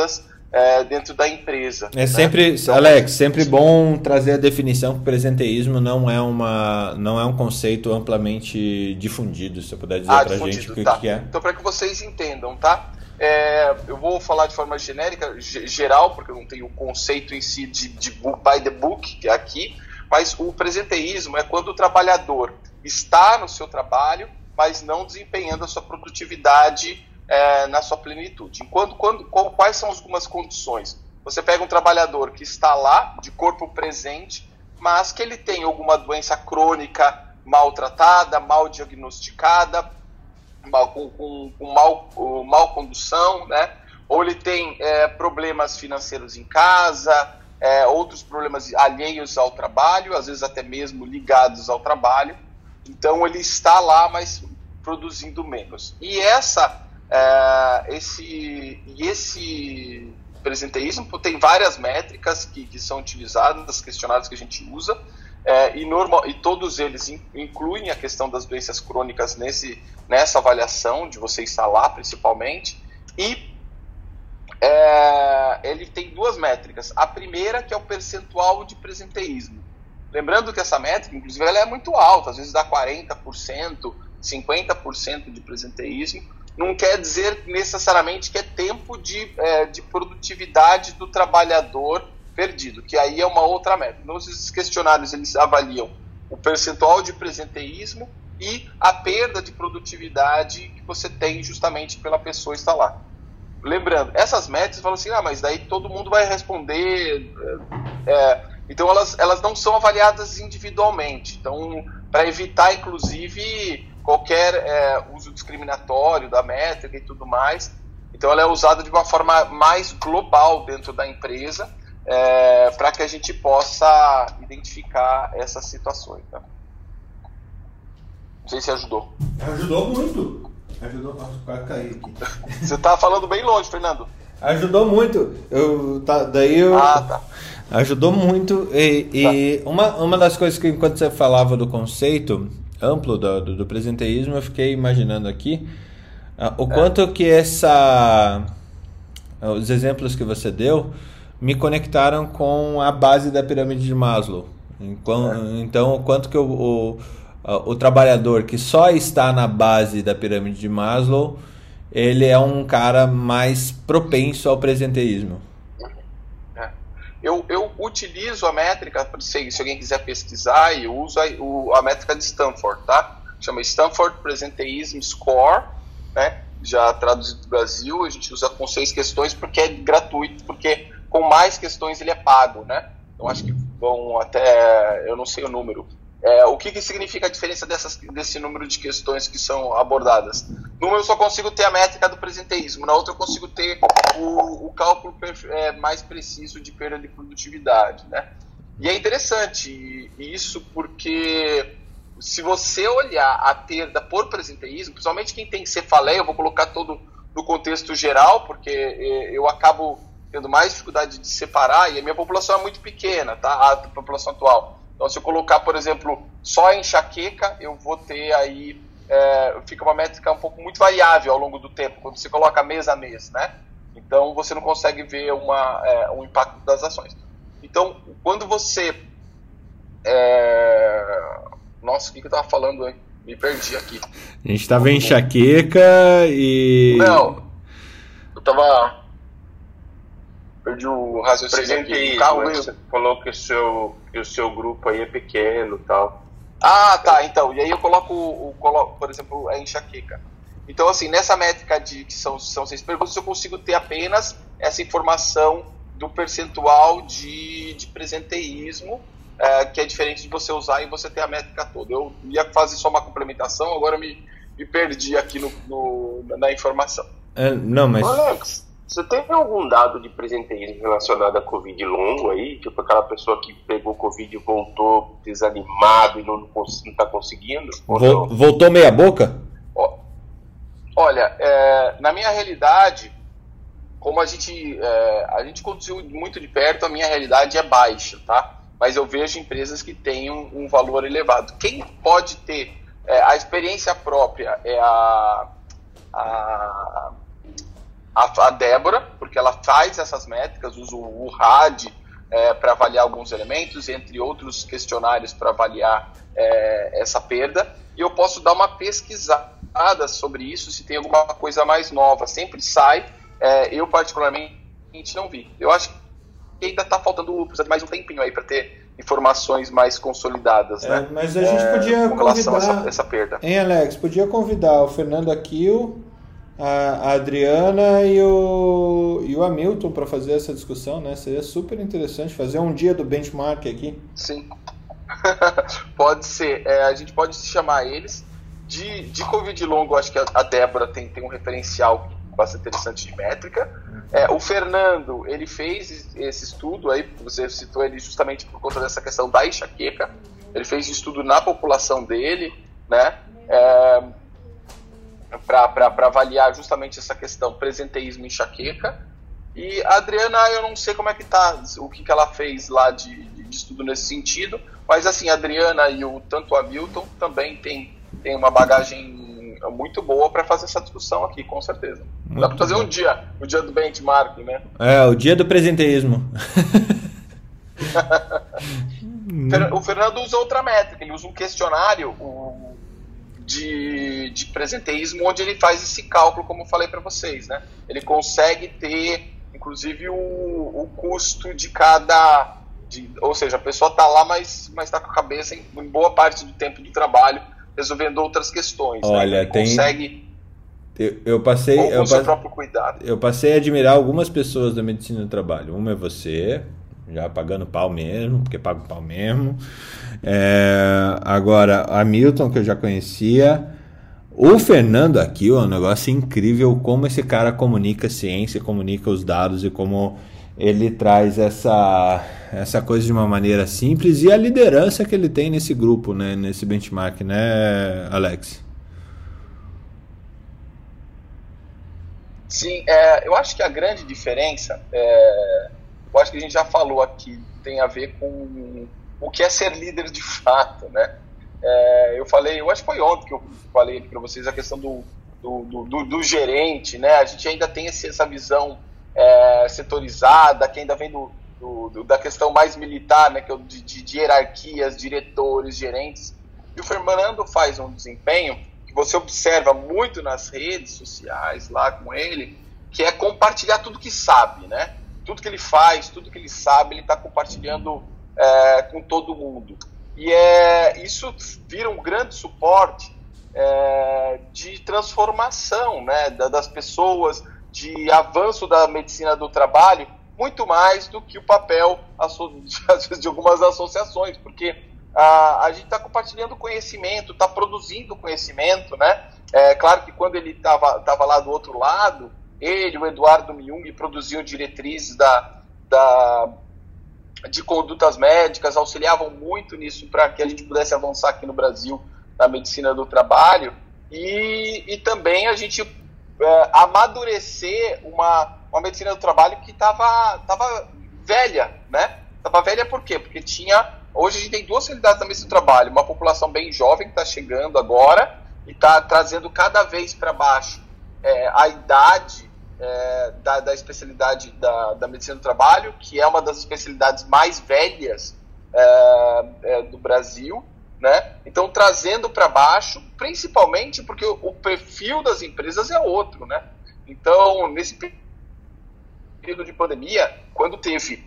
é, dentro da empresa. É né? sempre, Então, Alex, sempre bom trazer a definição que o presenteísmo não é, uma, não é um conceito amplamente difundido, se você puder dizer ah, pra difundido, gente o que, tá. que é. Então, para que vocês entendam, tá? É, eu vou falar de forma genérica, geral, porque eu não tenho o conceito em si de, de by the book que é aqui, mas o presenteísmo é quando o trabalhador está no seu trabalho, mas não desempenhando a sua produtividade é, na sua plenitude. Enquanto, quando, quais são algumas condições? Você pega um trabalhador que está lá, de corpo presente, mas que ele tem alguma doença crônica maltratada, mal diagnosticada, Mal, com, com, com mal, mal condução, né? Ou ele tem é, problemas financeiros em casa, é, outros problemas alheios ao trabalho, às vezes até mesmo ligados ao trabalho. Então ele está lá, mas produzindo menos. E essa, é, esse, esse presenteísmo tem várias métricas que, que são utilizadas, questionários que a gente usa. É, e, normal, e todos eles incluem a questão das doenças crônicas nesse, nessa avaliação, de você estar lá principalmente, e é, ele tem duas métricas. A primeira, que é o percentual de presenteísmo. Lembrando que essa métrica, inclusive, ela é muito alta, às vezes dá quarenta por cento, cinquenta por cento de presenteísmo. Não quer dizer necessariamente que é tempo de, é, de produtividade do trabalhador perdido, que aí é uma outra métrica. Então, esses questionários eles avaliam o percentual de presenteísmo e a perda de produtividade que você tem justamente pela pessoa estar lá. Lembrando, essas métricas falam assim, ah, mas daí todo mundo vai responder. É, então, elas, elas não são avaliadas individualmente. Então, para evitar, inclusive, qualquer é, uso discriminatório da métrica e tudo mais, então ela é usada de uma forma mais global dentro da empresa, É, para que a gente possa identificar essas situações. Tá? Não sei se ajudou. Ajudou muito. Ajudou. Nossa, quase caí aqui. Você tá falando bem longe, Fernando. Ajudou muito. Eu, tá, daí eu... Ah, tá. Ajudou muito. E, e tá. uma, uma das coisas que, enquanto você falava do conceito amplo do, do, do presenteísmo, eu fiquei imaginando aqui uh, o é. quanto que essa... os exemplos que você deu me conectaram com a base da pirâmide de Maslow. Então, o quanto que o, o, o trabalhador que só está na base da pirâmide de Maslow, ele é um cara mais propenso ao presenteísmo. É. Eu, eu utilizo a métrica, se, se alguém quiser pesquisar, eu uso a, o, a métrica de Stanford, tá? Chama Stanford Presenteeism Score, né? Já traduzido do Brasil, a gente usa com seis questões porque é gratuito, porque com mais questões ele é pago, né? Então acho que vão até, eu não sei o número. É, o que, que significa a diferença dessas, desse número de questões que são abordadas? Numa eu só consigo ter a métrica do presenteísmo, na outra eu consigo ter o, o cálculo é, mais preciso de perda de produtividade, né? E é interessante isso porque se você olhar a perda por presenteísmo, principalmente quem tem cefaleia, eu vou colocar todo no contexto geral, porque eu acabo tendo mais dificuldade de separar, e a minha população é muito pequena, tá? A população atual. Então, se eu colocar, por exemplo, só a enxaqueca, eu vou ter aí, é, fica uma métrica um pouco muito variável ao longo do tempo, quando você coloca mês a mês, né? Então, você não consegue ver uma, é, um impacto das ações. Então, quando você... É... Nossa, o que, que eu tava falando, hein? Me perdi aqui. A gente tava em enxaqueca e... Não, eu tava... Perdi o raciocínio aqui. Carro, você falou que o, seu, que o seu grupo aí é pequeno e tal. Ah, tá. Então, e aí eu coloco, o, coloco, por exemplo, a enxaqueca. Então, assim, nessa métrica de que são, são seis perguntas, eu consigo ter apenas essa informação do percentual de, de presenteísmo, é, que é diferente de você usar e você ter a métrica toda. Eu ia fazer só uma complementação, agora eu me, me perdi aqui no, no, na informação. É, não, mas... Alex, você tem algum dado de presenteísmo relacionado a Covid longo aí? Tipo aquela pessoa que pegou Covid e voltou desanimado e não está conseguindo? Vol- voltou meia boca? Olha, é, na minha realidade, como a gente, é, a gente conduziu muito de perto, a minha realidade é baixa, tá? Mas eu vejo empresas que têm um, um valor elevado. Quem pode ter é, a experiência própria é a... a a, a Débora, porque ela faz essas métricas, usa o, o R A D é, para avaliar alguns elementos, entre outros questionários para avaliar é, essa perda, e eu posso dar uma pesquisada sobre isso, se tem alguma coisa mais nova. Sempre sai, é, eu particularmente não vi. Eu acho que ainda está faltando, precisa de mais um tempinho aí para ter informações mais consolidadas, é, né? Mas a gente é, podia com relação convidar, a essa, essa perda. Hein, Alex? Podia convidar o Fernando Aquil, a Adriana e o, e o Hamilton para fazer essa discussão, né? Seria super interessante fazer um dia do benchmark aqui. Sim. Pode ser. É, a gente pode chamar eles. De, de Covid longo, acho que a, a Débora tem, tem um referencial bastante interessante de métrica. É, o Fernando, ele fez esse estudo aí, você citou ele justamente por conta dessa questão da enxaqueca. Ele fez estudo na população dele, né? É, para avaliar justamente essa questão presenteísmo e enxaqueca. E a Adriana, eu não sei como é que tá, o que, que ela fez lá de, de estudo nesse sentido, mas assim, a Adriana e o, tanto o Hamilton também tem, tem uma bagagem muito boa para fazer essa discussão aqui, com certeza. Muito Dá para fazer bom. um dia, o dia do benchmark, né? É, o dia do presenteísmo. O Fernando usa outra métrica, ele usa um questionário, um, De, de presenteísmo, onde ele faz esse cálculo, como eu falei para vocês, né? Ele consegue ter, inclusive, o, o custo de cada... De, ou seja, a pessoa está lá, mas está com a cabeça em, em boa parte do tempo do trabalho, resolvendo outras questões. Olha, né? Ele tem... consegue... Eu, eu passei... Com eu o seu passe... próprio cuidado. Eu passei a admirar algumas pessoas da medicina do trabalho. Uma é você, já pagando pau mesmo, porque pago pau mesmo. É, agora, a Hamilton, que eu já conhecia. O Fernando aqui, ó, um negócio incrível como esse cara comunica a ciência, comunica os dados e como ele traz essa, essa coisa de uma maneira simples, e a liderança que ele tem nesse grupo, né, nesse benchmark, né, Alex? Sim, é, eu acho que a grande diferença, é, eu acho que a gente já falou aqui, tem a ver com o que é ser líder de fato, né? É, eu falei, eu acho que foi ontem que eu falei para vocês a questão do, do, do, do, do gerente, né? A gente ainda tem esse, essa visão é, setorizada, que ainda vem do, do, do, da questão mais militar, né? Que é de, de, de hierarquias, diretores, gerentes. E o Fernando faz um desempenho que você observa muito nas redes sociais lá com ele, que é compartilhar tudo que sabe, né? Tudo que ele faz, tudo que ele sabe, ele está compartilhando É, com todo mundo. E é, isso vira um grande suporte é, de transformação, né, das pessoas, de avanço da medicina do trabalho, muito mais do que o papel, às vezes, de algumas associações, porque a, a gente está compartilhando conhecimento, está produzindo conhecimento, né? É claro que quando ele estava lá do outro lado, ele, o Eduardo Miung, produziam diretrizes da, da de condutas médicas, auxiliavam muito nisso para que a gente pudesse avançar aqui no Brasil na medicina do trabalho, e, e também a gente é, amadurecer uma, uma medicina do trabalho que estava tava velha, né? Estava velha por quê? Porque tinha, hoje a gente tem duas realidades da medicina do trabalho, uma população bem jovem que está chegando agora e está trazendo cada vez para baixo é, a idade É, da, da especialidade da, da medicina do trabalho, que é uma das especialidades mais velhas é, é, do Brasil, né? Então trazendo para baixo, principalmente porque o, o perfil das empresas é outro, né? Então nesse período de pandemia, quando teve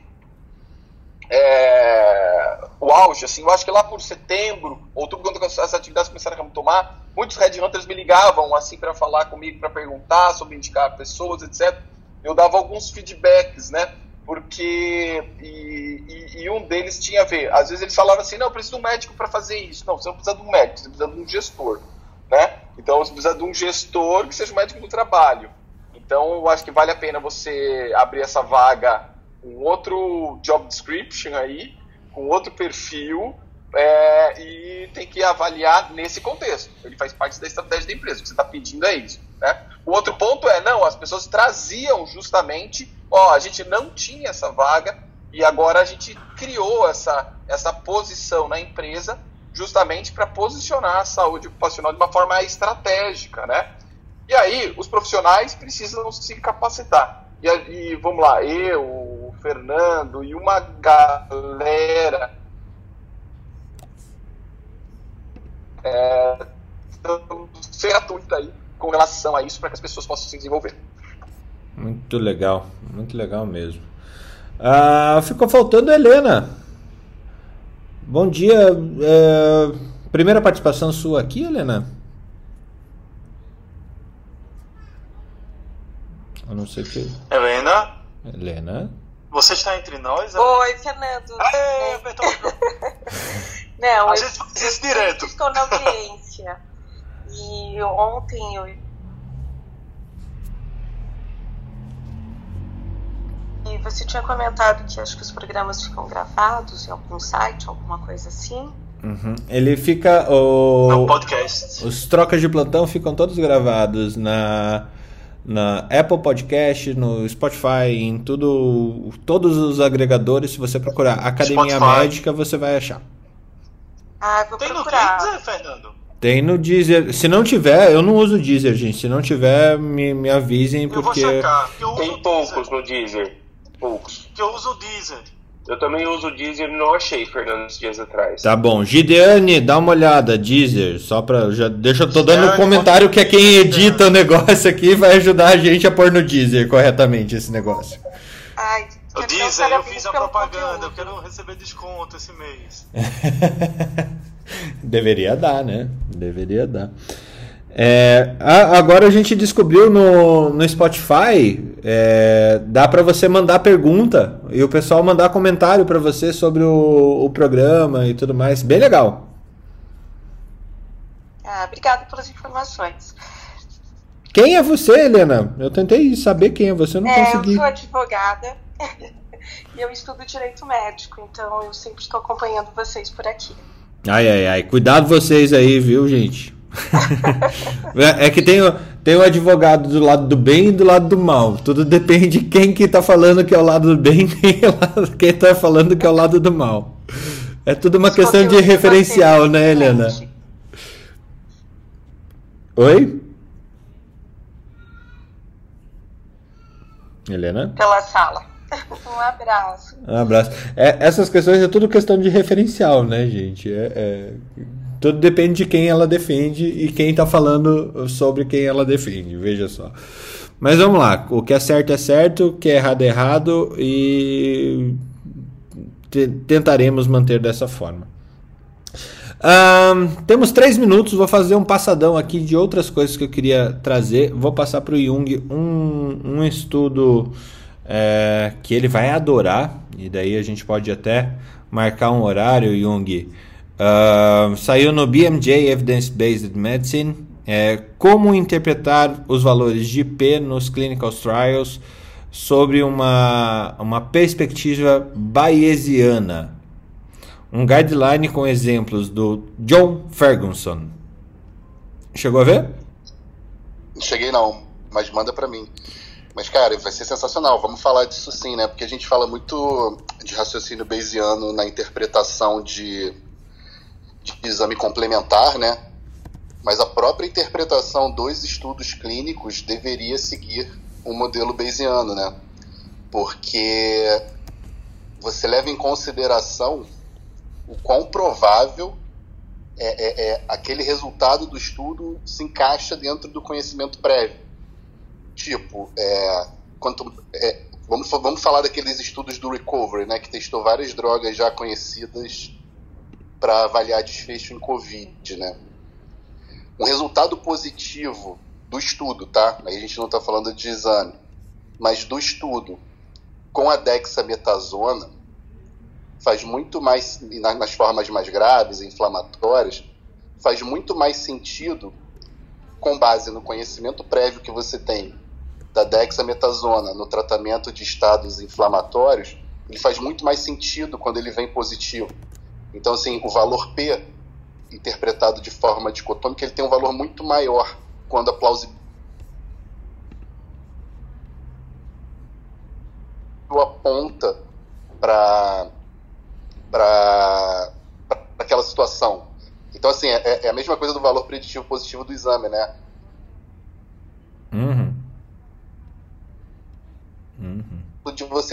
é, o auge, assim, eu acho que lá por setembro, outubro, quando as atividades começaram a retomar, muitos headhunters me ligavam assim para falar comigo, para perguntar sobre indicar pessoas, etcétera. Eu dava alguns feedbacks, né? Porque e, e, e um deles tinha a ver. Às vezes eles falavam assim, não, eu preciso de um médico para fazer isso. Não, você não precisa de um médico, você precisa de um gestor, né? Então você precisa de um gestor que seja um médico do trabalho. Então eu acho que vale a pena você abrir essa vaga com outro job description aí, com outro perfil. É, e tem que avaliar nesse contexto. Ele faz parte da estratégia da empresa. O que você está pedindo é isso, né? O outro ponto é, não, as pessoas traziam justamente, ó, a gente não tinha essa vaga e agora a gente criou essa, essa posição na empresa justamente para posicionar a saúde ocupacional de uma forma estratégica, né? E aí, os profissionais precisam se capacitar. E, e vamos lá, eu, o Fernando e uma galera é, ser gratuita aí com relação a isso para que as pessoas possam se desenvolver. Muito legal, muito legal mesmo. Ah, ficou faltando a Helena. Bom dia. É, primeira participação sua aqui, Helena? Eu não sei o que. Helena? Helena? Você está entre nós? Oi, Fernando. Aê, apertou o microfone. Não, A eu, gente faz isso eu direto. estou na audiência. E ontem eu... E você tinha comentado que acho que os programas ficam gravados em algum site, alguma coisa assim. Uhum. Ele fica... O... No podcast. Os trocas de plantão ficam todos gravados na... na Apple Podcast, no Spotify, em tudo, todos os agregadores. Se você procurar Academia Spotify. Médica, você vai achar. Ah, vou Tem no procurar. Deezer, Fernando? Tem no Deezer. Se não tiver, eu não uso o Deezer, gente. Se não tiver, me, me avisem, Eu vou porque... checar. Que eu uso Tem o poucos Deezer. no Deezer. Poucos. Que eu uso o Deezer. Eu também uso o Deezer e não achei, Fernando, esses dias atrás. Tá bom. Gideane, dá uma olhada. Deezer, só pra... Já, deixa eu tô dando Gideane, comentário que é quem Gideane. edita o negócio aqui vai ajudar a gente a pôr no Deezer corretamente esse negócio. Ai, O então, Deezer, eu parabéns fiz a pelo propaganda. conteúdo. Eu quero receber desconto esse mês. Deveria dar, né? Deveria dar. É, a- agora a gente descobriu no, no Spotify, é, dá para você mandar pergunta e o pessoal mandar comentário para você sobre o, o programa e tudo mais. Bem legal. Ah, obrigada pelas informações. Quem é você, Helena? Eu tentei saber quem é você, eu não É, consegui. eu sou advogada e eu estudo direito médico, então eu sempre estou acompanhando vocês por aqui. Ai, ai, ai. Cuidado vocês aí, viu, gente? É que tem o, tem o advogado do lado do bem e do lado do mal. Tudo depende de quem que tá falando que é o lado do bem e quem, é o lado- quem tá falando que é o lado do mal. É tudo uma Os questão de conteúdos de referencial, vocês, né, Helena? gente. Oi? Helena? Pela sala. Um abraço. Um abraço. É, essas questões é tudo questão de referencial, né, gente? É, é- tudo depende de quem ela defende e quem tá falando sobre quem ela defende, veja só. Mas vamos lá, o que é certo é certo, o que é errado é errado e te- tentaremos manter dessa forma. Ahn, temos três minutos, vou fazer um passadão aqui de outras coisas que eu queria trazer. Vou passar para o Jung um, um estudo é, que ele vai adorar, e daí a gente pode até marcar um horário, Jung. Ah, saiu no B M J Evidence Based Medicine. É, como interpretar os valores de P nos clinical trials sobre uma, uma perspectiva bayesiana. Um guideline com exemplos do John Ferguson. Chegou a ver? Cheguei não, mas manda pra mim. Mas, cara, vai ser sensacional. Vamos falar disso sim, né? Porque a gente fala muito de raciocínio bayesiano na interpretação de, de exame complementar, né? Mas a própria interpretação dos estudos clínicos deveria seguir o modelo bayesiano, né? Porque você leva em consideração o quão provável é, é, é aquele resultado do estudo se encaixa dentro do conhecimento prévio. Tipo, é, quanto, é, vamos, vamos falar daqueles estudos do Recovery, né, que testou várias drogas já conhecidas para avaliar desfecho em Covid, né? Um resultado positivo do estudo, tá? Aí a gente não está falando de exame, mas do estudo com a dexametasona faz muito mais, nas formas mais graves, inflamatórias, faz muito mais sentido com base no conhecimento prévio que você tem da dexametasona no tratamento de estados inflamatórios, ele faz muito mais sentido quando ele vem positivo. Então, assim, o valor P, interpretado de forma dicotômica, ele tem um valor muito maior quando a plausibilidade aponta para para aquela situação. Então, assim, é, é a mesma coisa do valor preditivo positivo do exame, né?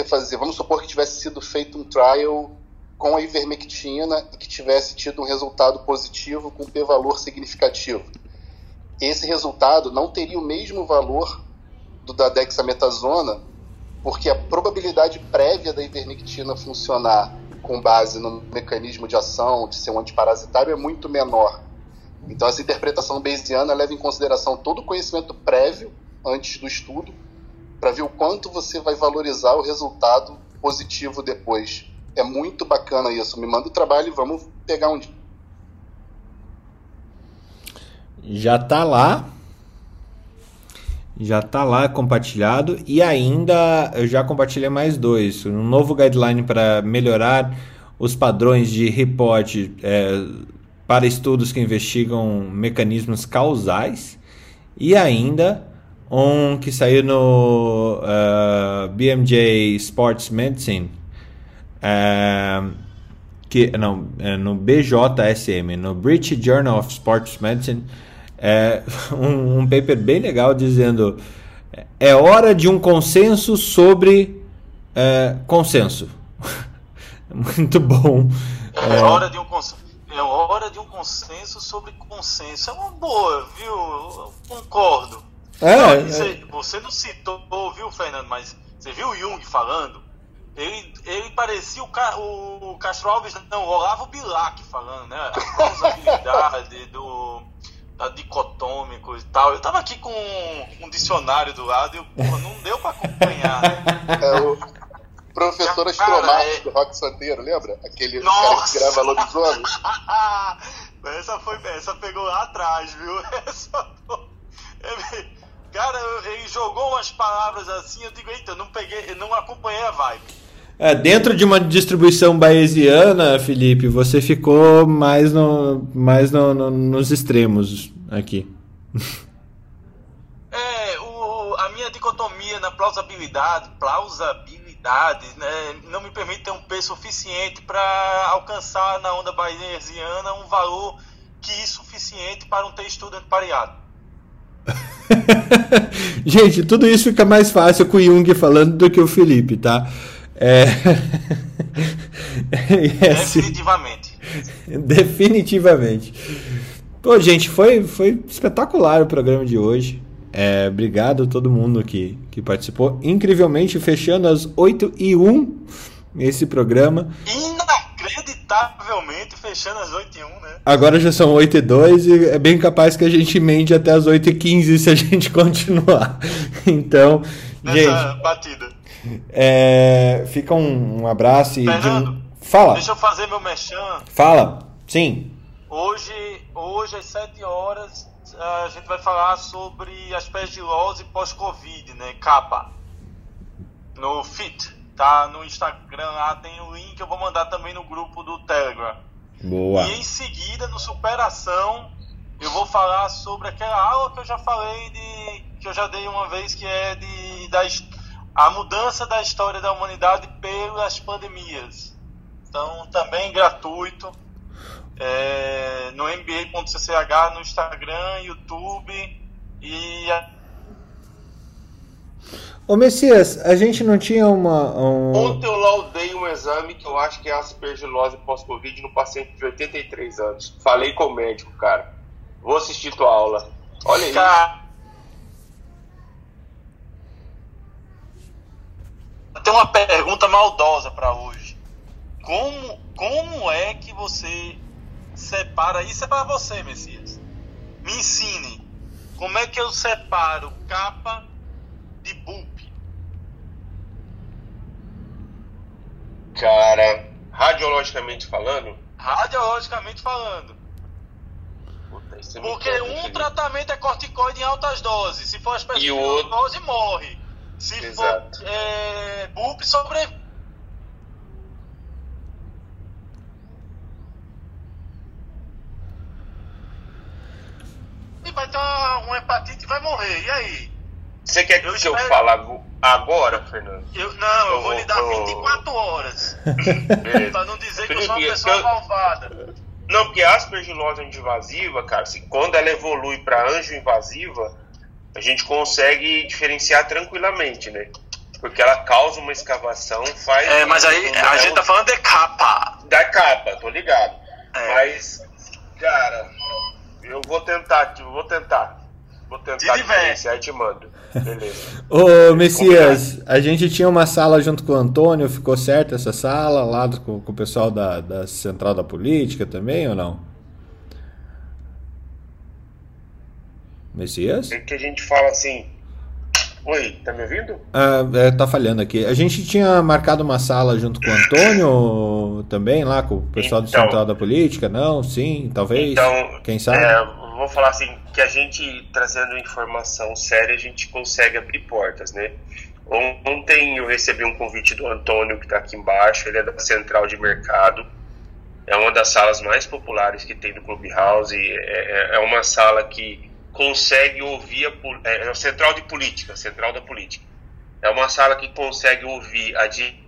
fazer, vamos supor que tivesse sido feito um trial com a ivermectina e que tivesse tido um resultado positivo com p-valor significativo. Esse resultado não teria o mesmo valor do da dexametasona, porque a probabilidade prévia da ivermectina funcionar com base no mecanismo de ação, de ser um antiparasitário, é muito menor. Então essa interpretação bayesiana leva em consideração todo o conhecimento prévio antes do estudo, para ver o quanto você vai valorizar o resultado positivo depois. É muito bacana isso. Me manda o trabalho e vamos pegar um dia. Já tá lá. Já tá lá compartilhado. E ainda eu já compartilhei mais dois. Um novo guideline para melhorar os padrões de reporte é, para estudos que investigam mecanismos causais. E ainda um que saiu no uh, B M J Sports Medicine. Uh, que, não, é no B J S M, no British Journal of Sports Medicine, é um, um paper bem legal dizendo é hora de um consenso sobre é, consenso. Muito bom. É, é hora de um consenso. É hora de um consenso sobre consenso. É uma boa, viu? Eu concordo. É, não, é. Você, você não citou, viu, Fernando? Mas você viu o Jung falando? Ele, ele parecia o, Ca, o Castro Alves, não, o Olavo Bilac falando, né? A causabilidade do, da dicotômico e tal. Eu tava aqui com um, um dicionário do lado e porra, não deu pra acompanhar, né? É o professor Astromarcos do Rock Santeiro, lembra? Aquele cara que grava lobisomem. essa, foi, essa pegou lá atrás, viu? Essa foi... Cara, ele jogou umas palavras assim, eu digo, eita, eu não peguei, eu não acompanhei a vibe. É, dentro de uma distribuição bayesiana, Felipe, você ficou mais, no, mais no, no, nos extremos aqui. É, o, a minha dicotomia na plausibilidade, plausibilidade, né, não me permite ter um peso suficiente para alcançar na onda bayesiana um valor que é suficiente para um t-student pareado. Gente, tudo isso fica mais fácil com o Jung falando do que o Felipe, tá? É... Definitivamente. Definitivamente. Pô, gente, foi, foi espetacular o programa de hoje. É, obrigado a todo mundo que, que participou. Incrivelmente, fechando às oito e um esse programa. Inacreditavelmente, fechando às oito e um, né? Agora já são oito e dois e é bem capaz que a gente emende até às oito e quinze se a gente continuar. Então, nessa gente, batida. É, fica um, um abraço e... Fernando, de... Fala. Deixa eu fazer meu merchan. Fala, sim. Hoje, hoje às sete horas, a gente vai falar sobre aspergilose pós-Covid, né? Capa. No Fit, tá? No Instagram lá tem o link, eu vou mandar também no grupo do Telegram. Boa. E em seguida, no Superação, eu vou falar sobre aquela aula que eu já falei, de, que eu já dei uma vez, que é de, da, a mudança da história da humanidade pelas pandemias. Então, também gratuito, é, no m b a ponto c c h, no Instagram, YouTube e... Ô Messias, a gente não tinha uma... Um... Ontem eu laudei um exame que eu acho que é aspergilose pós-Covid no paciente de oitenta e três anos. Falei com o médico, cara. Vou assistir tua aula. Olha aí. Cara, tem uma pergunta maldosa para hoje. Como, como é que você separa... Isso é para você, Messias. Me ensine. Como é que eu separo capa de B U P? Cara, radiologicamente falando? Radiologicamente falando. Puta, isso é Porque muito um difícil. tratamento é corticoide em altas doses. Se for aspergilose, outro... morre. Se Exato. for é, B U P, sobrevive. E vai ter uma, uma hepatite e vai morrer. E aí? Você quer que Eu eu, espero- fale agora, Fernando? Eu, não, eu Eu vou lhe dar vou- vinte e quatro horas. Beleza. Pra não dizer que eu sou uma Felipe, pessoa eu- malvada. Não, porque a aspergilose anti-invasiva, cara, se, quando ela evolui para anjo-invasiva, a gente consegue diferenciar tranquilamente, né? Porque ela causa uma escavação, faz... É, mas aí um, a gente tá falando de capa. Da capa, tô ligado. É. Mas, cara, eu vou tentar, eu vou tentar. Vou tentar diferenciar e te mando. Beleza. Ô, Messias, a gente tinha uma sala junto com o Antônio, ficou certo essa sala, lá com, com o pessoal da, da Central da Política também, ou não? Messias? É que a gente fala assim... Oi, tá me ouvindo? Ah, é, tá falhando aqui. A gente tinha marcado uma sala junto com o Antônio também, lá com o pessoal então, do Central da Política, não? Sim, talvez? Então, quem sabe? É, vou falar assim, que a gente, trazendo informação séria, a gente consegue abrir portas, né? Ontem eu recebi um convite do Antônio, que tá aqui embaixo, ele é da Central de Mercado, é uma das salas mais populares que tem do Clubhouse, é, é uma sala que consegue ouvir, a, é a Central de Política, Central da Política. É uma sala que consegue ouvir a de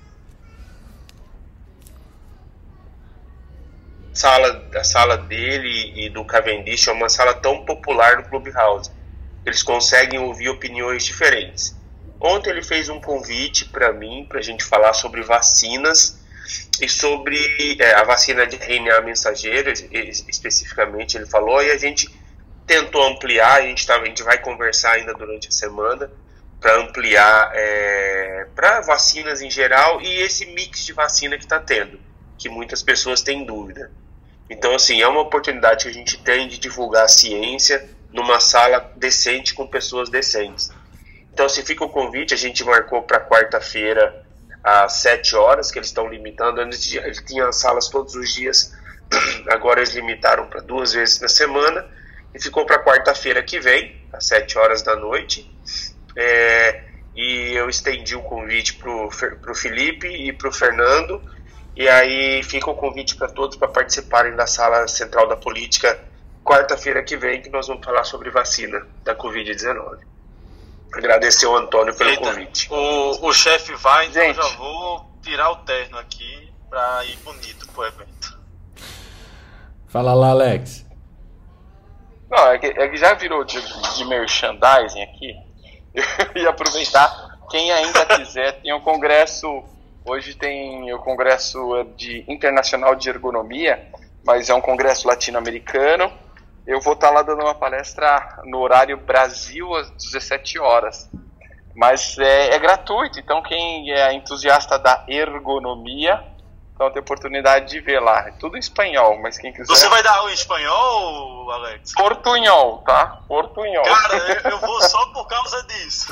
sala, a sala dele e do Cavendish é uma sala tão popular no Clubhouse. Eles conseguem ouvir opiniões diferentes. Ontem ele fez um convite para mim, para a gente falar sobre vacinas e sobre é, a vacina de R N A mensageiro, especificamente ele falou, e a gente tentou ampliar, a gente, tá, a gente vai conversar ainda durante a semana para ampliar é, para vacinas em geral e esse mix de vacina que está tendo, que muitas pessoas têm dúvida. Então, assim, é uma oportunidade que a gente tem de divulgar a ciência numa sala decente com pessoas decentes. Então, se fica o convite, a gente marcou para quarta-feira às sete horas, que eles estão limitando. Antes eles tinham salas todos os dias, agora eles limitaram para duas vezes na semana. E ficou para quarta-feira que vem, às sete horas da noite. É, e eu estendi o convite para o Felipe e para o Fernando. E aí fica o convite para todos para participarem da Sala Central da Política quarta-feira que vem, que nós vamos falar sobre vacina da covid dezenove. Agradecer ao Antônio pelo Eita, convite. O, o chefe vai, então Gente. eu já vou tirar o terno aqui para ir bonito pro evento. Fala lá, Alex. Não, é que, é que já virou de, de merchandising aqui. Eu ia aproveitar. Quem ainda quiser, tem o congresso. Hoje tem o congresso de internacional de ergonomia, mas é um congresso latino-americano. Eu vou estar lá dando uma palestra no horário Brasil às dezessete horas. Mas é, é gratuito, então quem é entusiasta da ergonomia, então tem oportunidade de ver lá. É tudo em espanhol, mas quem quiser... Você vai dar o espanhol, Alex? Portunhol, tá? Portunhol. Cara, eu, eu vou só por causa disso.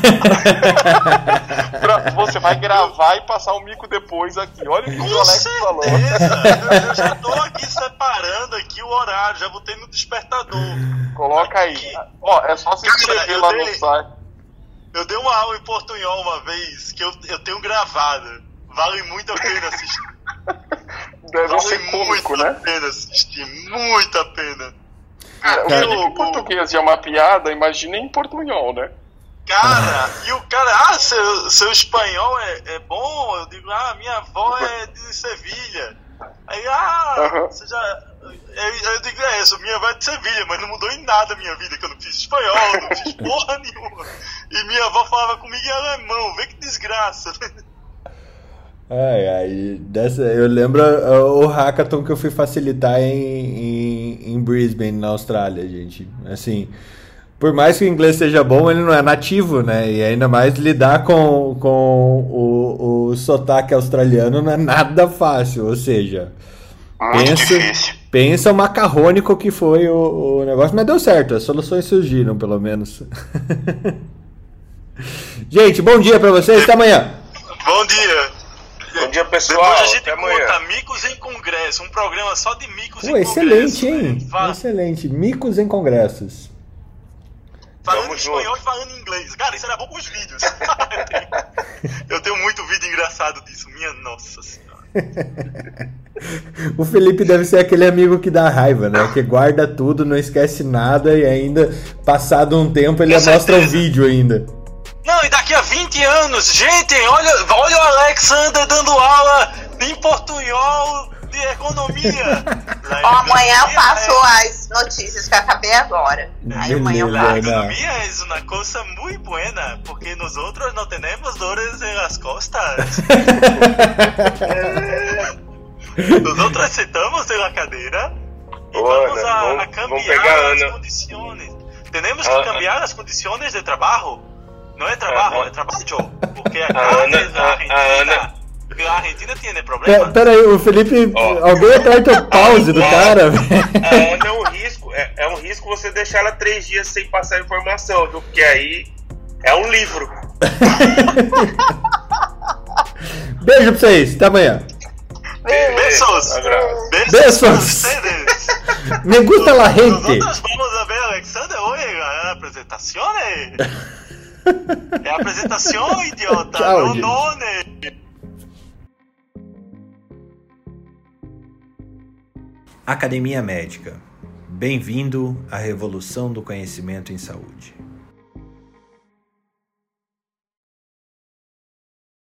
Pra, você vai gravar e passar o mico depois aqui. Olha o que Com o Alex certeza. falou. Eu, eu já tô aqui separando aqui o horário, já botei no despertador. Coloca aí. Ó, é só se inscrever Cara, eu lá dei- no site. Eu dei uma aula em portunhol uma vez que eu, eu tenho gravada. Vale muito a pena assistir. Deve Vale ser cômico, muito né? a pena assistir, muito a pena. Cara, Cara, o em português é uma piada, imagina em portunhol, né? Cara, e o cara, ah, seu, seu espanhol é, é bom? Eu digo, ah, minha avó é de Sevilha. Aí, ah, Uhum. você já. Eu, eu digo, é isso, minha avó é de Sevilha, mas não mudou em nada a minha vida, que eu não fiz espanhol, não fiz porra nenhuma. E minha avó falava comigo em alemão, vê que desgraça. Ai, ai, dessa, eu lembro uh, o hackathon que eu fui facilitar em, em, em Brisbane, na Austrália, gente. Assim, por mais que o inglês seja bom, ele não é nativo, né? E ainda mais lidar com, com o, o sotaque australiano não é nada fácil. Ou seja, Muito pensa, difícil. pensa o macarrônico que foi o, o negócio, mas deu certo, as soluções surgiram, pelo menos. Gente, bom dia pra vocês, até amanhã. Bom dia. Bom dia, pessoal. Depois a gente Até amanhã. conta Micos em Congresso, um programa só de Micos Pô, em excelente, Congresso. hein? né? Fa- Excelente. Micos em congressos. Falando Tamo em espanhol junto. e falando em inglês. Cara, isso era bom pros vídeos. Eu tenho muito vídeo engraçado disso. Minha nossa senhora. O Felipe deve ser aquele amigo que dá raiva, né? Que guarda tudo, não esquece nada e ainda, passado um tempo, ele Com mostra o certeza. vídeo ainda. Não, e daqui a vinte anos, gente, olha, olha o Alexander dando aula em portunhol de economia. Ó, amanhã eu passo as notícias que eu acabei agora. Aí amanhã eu Beleza, passo. La Ana. economía es una cosa muy buena porque nosotros no tenemos dores en las costas. Nosotros sentamos en la cadera y Ô, vamos Ana, a, vamos- a cambiar vamos pegar a las Ana. condiciones. Tenemos que Ah, cambiar las condiciones de trabajo. No es trabajo, Ajá. es trabajo. Porque A acá Ana- en la a- a Argentina, Ana- la Argentina tiene Pe- problemas. Pera aí, o Felipe. Ó. Alguém aperta o pause do Ó. cara, velho. A Ana é um risco, é, é um risco você deixar ela três dias sem passar informação, viu? Porque aí é um livro. Beijo pra vocês, até amanhã. Besos. Abraço. Besos. Besos. a ustedes. Me gusta la gente. Nosotros vamos a ver a Alexander hoy en la presentación. É a apresentação, idiota. Tchau, não gente. nome. Academia Médica. Bem-vindo à revolução do conhecimento em saúde.